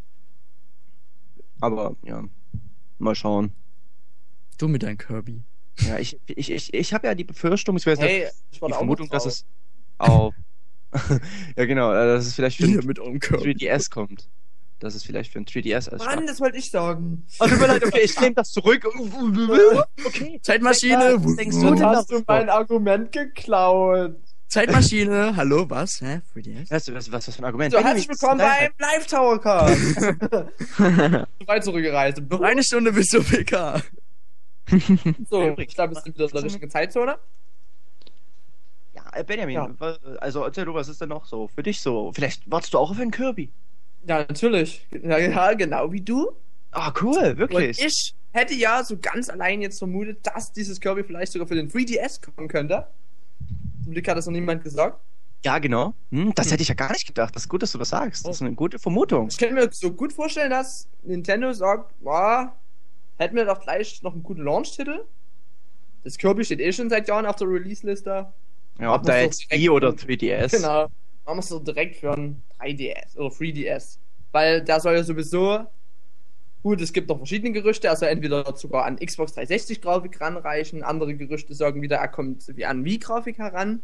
Aber ja, mal schauen. Du mit deinem Kirby. Ja, ich habe ja die Befürchtung, ich weiß Hey, nicht, ich war die da auch Vermutung, noch dass drauf. es auf Ja, genau, dass es vielleicht für Hier ein mit eurem Körper. 3DS kommt. Dass es vielleicht für ein 3DS als Mann, das wollte ich sagen. Oh, tut mir leid, okay, ich nehme das zurück. Okay. Zeitmaschine. Was denkst Du denn hast du darüber? mein Argument geklaut. Zeitmaschine. Hallo, was? Hä? 3DS? Weißt du, was für ein Argument? So, Benjamin, herzlich willkommen beim Live Towercast. Zu weit zurückgereist. Noch eine Stunde bis zur PK. So, ich glaube, wir sind wieder in der richtigen Zeitzone. Ja, Benjamin, Ja. also erzähl du, was ist denn noch so für dich so? Vielleicht wartest du auch auf einen Kirby. Ja, natürlich. Ja, genau wie du. Ah, cool, Und wirklich. ich hätte ja so ganz allein jetzt vermutet, dass dieses Kirby vielleicht sogar für den 3DS kommen könnte. Zum Glück hat das noch niemand gesagt. Ja, genau. Das hätte ich ja gar nicht gedacht. Das ist gut, dass du das sagst. Das ist eine gute Vermutung. Ich kann mir so gut vorstellen, dass Nintendo sagt, hätten wir doch gleich noch einen guten Launch-Titel. Das Kirby steht eh schon seit Jahren auf der Release-Liste. Ja, ob da Machen wir jetzt so Wii oder direkt 3DS. Genau. Machen wir es so direkt für einen 3DS oder 3DS. Weil da soll ja sowieso. Gut, es gibt noch verschiedene Gerüchte, also entweder sogar an Xbox 360 Grafik ranreichen, andere Gerüchte sagen wieder, er kommt wie an Wii Grafik heran.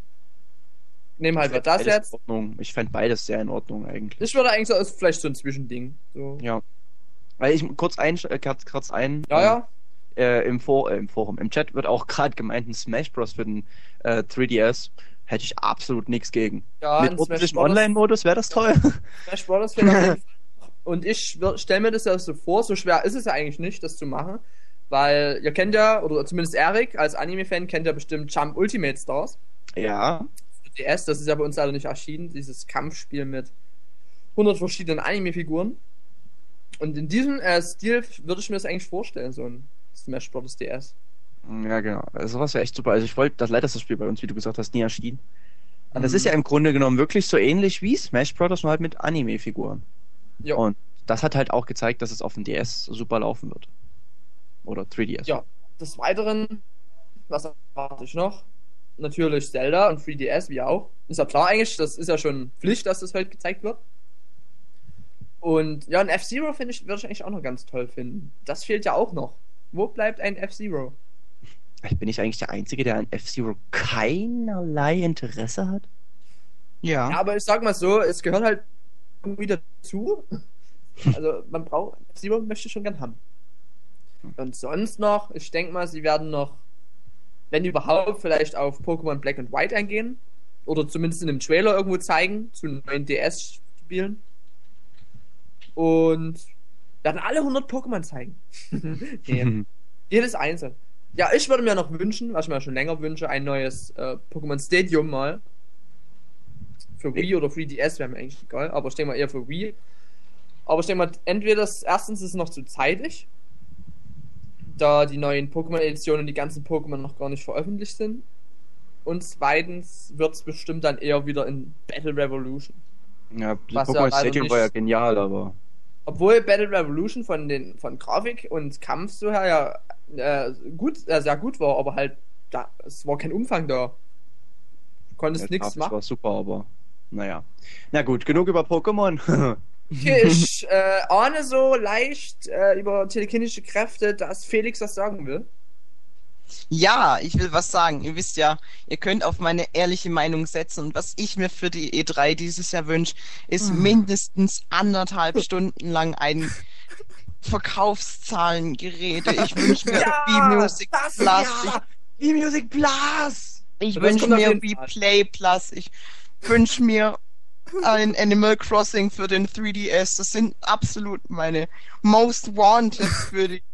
Nehmen halt wir das Beides jetzt. in Ordnung. Ich fand beides sehr in Ordnung eigentlich. Ich würde eigentlich so, ist vielleicht so ein Zwischending. So. Ja. Weil ich kurz ein. Ja. Im Forum, im Chat wird auch gerade gemeint, ein Smash Bros. Für den 3DS hätte ich absolut nichts gegen. Ja, Mit ein Smash ordentlichem Bros. Online-Modus wäre das toll. Smash Bros. Fehlt auf jeden Fall. Und ich stelle mir das ja so vor, so schwer ist es ja eigentlich nicht, das zu machen. Weil ihr kennt ja, oder zumindest Erik als Anime-Fan kennt ja bestimmt Jump Ultimate Stars. Ja. DS, das ist ja bei uns leider nicht erschienen, dieses Kampfspiel mit 100 verschiedenen Anime-Figuren. Und in diesem Stil würde ich mir das eigentlich vorstellen, so ein Smash Bros. DS. Ja, genau. Also sowas wäre echt super. Also ich wollte, leider ist das Spiel bei uns, wie du gesagt hast, nie erschienen. Und das ist ja im Grunde genommen wirklich so ähnlich wie Smash Bros. Nur halt mit Anime-Figuren. Ja. Und das hat halt auch gezeigt, dass es auf dem DS super laufen wird. Oder 3DS. Ja, des Weiteren, was erwarte ich noch? Natürlich Zelda und 3DS, wie auch. Ist ja klar eigentlich, das ist ja schon Pflicht, dass das heute gezeigt wird. Und ja, ein F-Zero würde ich eigentlich auch noch ganz toll finden. Das fehlt ja auch noch. Wo bleibt ein F-Zero? Bin ich eigentlich der Einzige, der an F-Zero keinerlei Interesse hat? Ja, aber ich sag mal so, es gehört halt irgendwie dazu. Also man braucht, F-Zero möchte ich schon gern haben. Und sonst noch, ich denke mal, sie werden noch, wenn überhaupt, vielleicht auf Pokémon Black and White eingehen. Oder zumindest in einem Trailer irgendwo zeigen, zu neuen DS-Spielen. Und werden alle 100 Pokémon zeigen. Nee. Jedes einzeln. Ja, ich würde mir noch wünschen, was ich mir schon länger wünsche, ein neues Pokémon Stadium mal. Für Wii oder 3DS wäre mir eigentlich egal, aber ich denke mal eher für Wii. Aber ich denke mal, entweder erstens ist es noch zu zeitig, da die neuen Pokémon-Editionen, die ganzen Pokémon noch gar nicht veröffentlicht sind. Und zweitens wird es bestimmt dann eher wieder in Battle Revolution. Ja, Was ja Pokémon leider Stadium war ja nicht- genial, aber. Obwohl Battle Revolution von Grafik und Kampf so her ja sehr gut war, aber halt, es war kein Umfang da. Du konntest nichts Das machen. war super, aber. Naja. Na gut, genug über Pokémon. Okay, ich ahne so leicht über telekinetische Kräfte, dass Felix das sagen will. Ja, ich will was sagen. Ihr wisst ja, ihr könnt auf meine ehrliche Meinung setzen. Und was ich mir für die E3 dieses Jahr wünsche, ist mindestens 1,5 Stunden lang ein Verkaufszahlengerede. Ich wünsche mir Wii Music das Plus. ja. Wie Music Plus! Ich Das wünsche kommt auf mir jeden Wii Fall. Play Plus. Ich wünsche mir ein Animal Crossing für den 3DS. Das sind absolut meine Most Wanted für die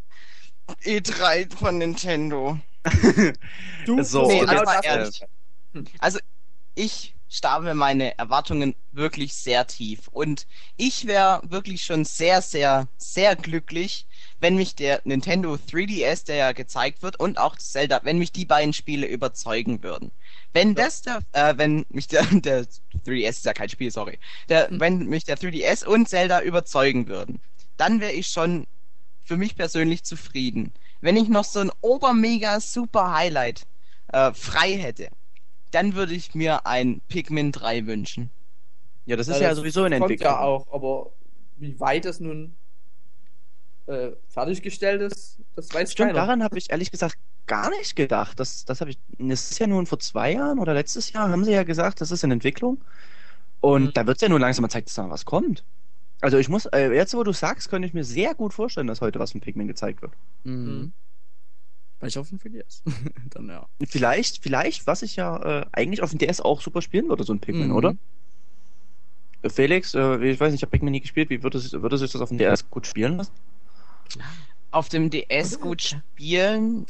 E3 von Nintendo. Du So, musst Nee, genau also das ehrlich. Also ich stapel meine Erwartungen wirklich sehr tief und ich wäre wirklich schon sehr, sehr, sehr glücklich, wenn mich der Nintendo 3DS, der ja gezeigt wird, und auch Zelda, wenn mich die beiden Spiele überzeugen würden. Wenn wenn mich der 3DS ist ja kein Spiel, sorry. Wenn mich der 3DS und Zelda überzeugen würden, dann wäre ich schon für mich persönlich zufrieden. Wenn ich noch so ein obermega super Highlight frei hätte, dann würde ich mir ein Pikmin 3 wünschen. Ja, das ist ja sowieso in kommt Entwicklung. ja auch, aber wie weit das nun fertiggestellt ist, das weiß Stimmt, keiner. daran habe ich ehrlich gesagt gar nicht gedacht. Das ist ja nun vor 2 Jahren oder letztes Jahr, haben sie ja gesagt, das ist in Entwicklung. Und da wird es ja nun langsam mal Zeit, dass da was kommt. Also ich muss, jetzt wo du sagst, könnte ich mir sehr gut vorstellen, dass heute was von Pikmin gezeigt wird. Weil ich auf dem 4DS. Dann ja. Vielleicht, was ich ja eigentlich auf dem DS auch super spielen würde, so ein Pikmin, oder? Felix, ich weiß nicht, ich habe Pikmin nie gespielt, wie würde sich das auf dem DS gut spielen lassen? Auf dem DS gut spielen,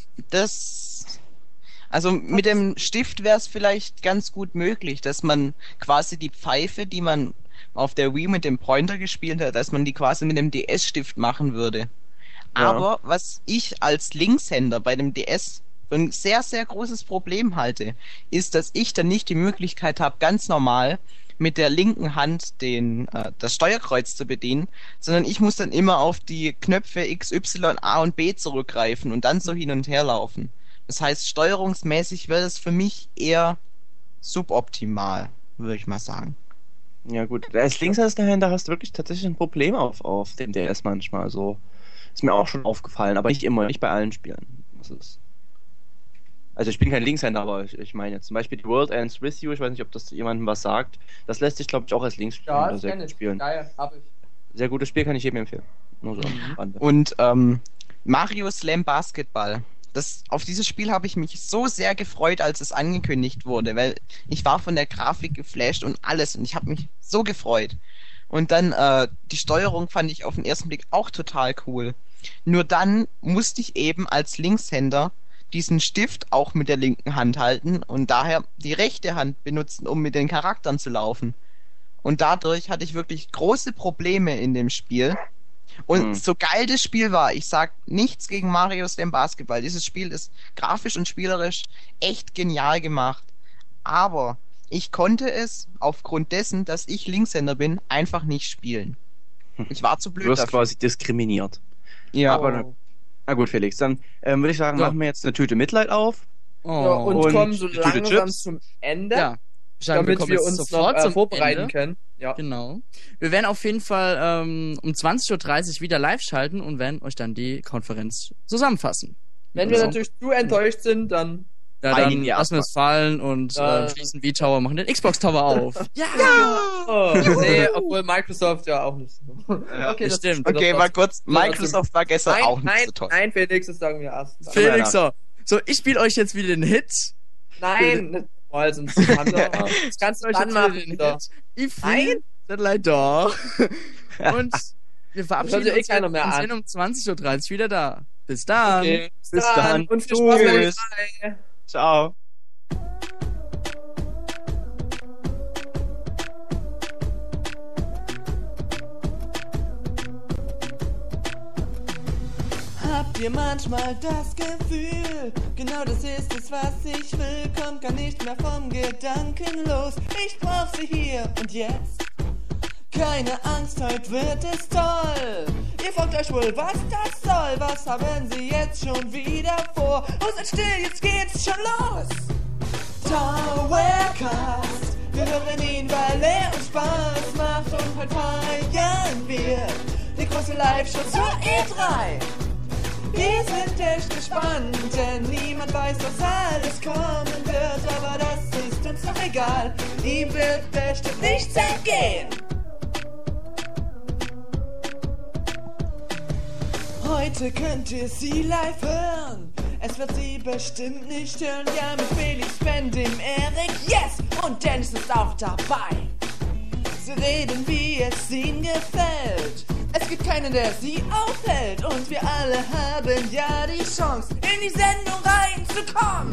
also mit dem Stift wäre es vielleicht ganz gut möglich, dass man quasi die Pfeife, die man auf der Wii mit dem Pointer gespielt hat, dass man die quasi mit dem DS-Stift machen würde. Ja. Aber was ich als Linkshänder bei dem DS für ein sehr, sehr großes Problem halte, ist, dass ich dann nicht die Möglichkeit habe, ganz normal mit der linken Hand das Steuerkreuz zu bedienen, sondern ich muss dann immer auf die Knöpfe X, Y, A und B zurückgreifen und dann so hin und her laufen. Das heißt, steuerungsmäßig wäre das für mich eher suboptimal, würde ich mal sagen. Ja gut, als Linkshänder hast du wirklich tatsächlich ein Problem auf dem DS manchmal. So ist mir auch schon aufgefallen, aber nicht immer, nicht bei allen Spielen. Also ich bin kein Linkshänder, aber ich meine jetzt zum Beispiel die World Ends With You, ich weiß nicht, ob das jemandem was sagt. Das lässt sich, glaube ich, auch als Linkshänder sehr gut spielen. Geil, hab ich. Sehr gutes Spiel, kann ich jedem empfehlen. Nur so am Rande. Und Mario Slam Basketball. Auf dieses Spiel habe ich mich so sehr gefreut, als es angekündigt wurde, weil ich war von der Grafik geflasht und alles und ich habe mich so gefreut. Und dann die Steuerung fand ich auf den ersten Blick auch total cool. Nur dann musste ich eben als Linkshänder diesen Stift auch mit der linken Hand halten und daher die rechte Hand benutzen, um mit den Charakteren zu laufen. Und dadurch hatte ich wirklich große Probleme in dem Spiel. Und so geil das Spiel war, ich sag nichts gegen Mario Slam Basketball. Dieses Spiel ist grafisch und spielerisch echt genial gemacht. Aber ich konnte es, aufgrund dessen, dass ich Linkshänder bin, einfach nicht spielen. Ich war zu blöd Du wirst dafür. quasi diskriminiert. Ja, Aber na gut, Felix, dann würde ich sagen, machen wir jetzt eine Tüte Mitleid auf. Oh. Ja, und Und kommen so die Tüte langsam Chips. zum Ende, Ja. damit wir uns noch vorbereiten Ende. können. Ja. Genau. Wir werden auf jeden Fall um 20.30 Uhr wieder live schalten und werden euch dann die Konferenz zusammenfassen. Wenn wir natürlich zu enttäuscht sind, dann Ja, Einigen dann wir lassen wir es fallen und schließen V-Tower, machen den Xbox-Tower auf. oh, nee, obwohl Microsoft ja auch nicht so. Okay, das stimmt. Okay, mal kurz. Ja, Microsoft war gestern auch nicht so toll. Nein, Felix, das sagen wir erst. Felix, so, ich spiele euch jetzt wieder den Hit. Nein, nicht mal, sonst kann das kannst du dann machen. Nein. Satellite doch. Und wir verabschieden Das hört sich uns keiner mehr und an. sind um 20.30 Uhr wieder da. Bis dann. Okay, Bis dann. und viel Spaß bei Tschüss. der Ciao. Habt ihr manchmal das Gefühl, genau das ist es, was ich will, kommt gar nicht mehr vom Gedanken los, ich brauch sie hier und jetzt. Keine Angst, heute wird es toll. Ihr fragt euch wohl, was das soll, was haben sie jetzt schon wieder vor? Oh, seid still, jetzt geht's schon los. Towercast, wir hören ihn, weil er uns Spaß macht und heute feiern wir die große Live-Show zur E3. Wir sind echt gespannt, denn niemand weiß, was alles kommen wird, aber das ist uns doch egal, ihm wird bestimmt nichts entgehen. Heute könnt ihr sie live hören, es wird sie bestimmt nicht stören, ja mit Felix, Ben, dem Erik, yes, und Dennis ist auch dabei. Sie reden, wie es ihnen gefällt. Es gibt keinen, der sie aufhält. Und wir alle haben ja die Chance, in die Sendung reinzukommen.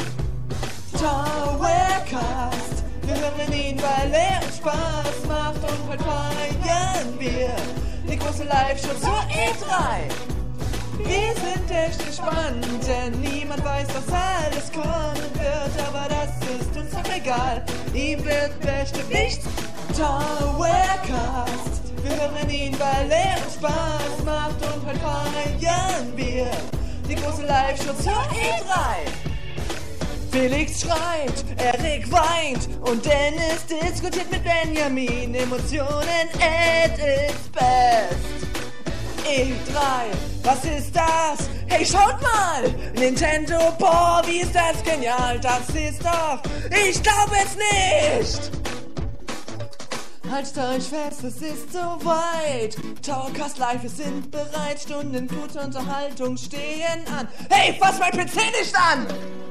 Towercast, wir hören ihn, weil er uns Spaß macht. Und heute feiern wir die große Live-Show zur E3. Wir sind echt gespannt, denn niemand weiß, was alles kommen wird. Aber das ist uns doch egal, ihm wird bestimmt nichts. Towercast, wir hören ihn, weil er uns Spaß macht. Und heute feiern wir die große Live-Show zur E3. Felix schreit, Erik weint und Dennis diskutiert mit Benjamin. Emotionen at its best. E3, was ist das? Hey, schaut mal! Nintendo, boah, wie ist das genial! Das ist doch... Ich glaube es nicht! Haltet euch fest, es ist soweit. Towercast Live, wir sind bereit. Stunden gute Unterhaltung stehen an. Hey, fass mein PC nicht an!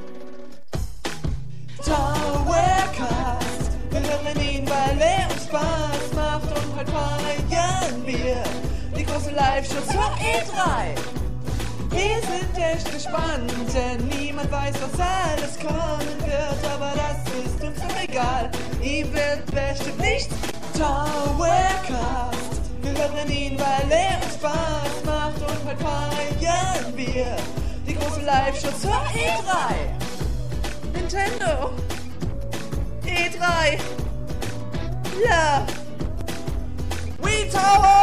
Towercast, wir hören ihn, weil er uns Spaß macht. Und heute feiern wir die große Live-Show zur E3. Wir sind echt gespannt, denn niemand weiß, was alles kommen wird. Aber das ist uns doch egal, ihm wird bestimmt nichts. Towercast, wir hören ihn, weil er uns Spaß macht. Und heute feiern wir die große Live-Show zur E3. Nintendo, E3, Love, We Tower!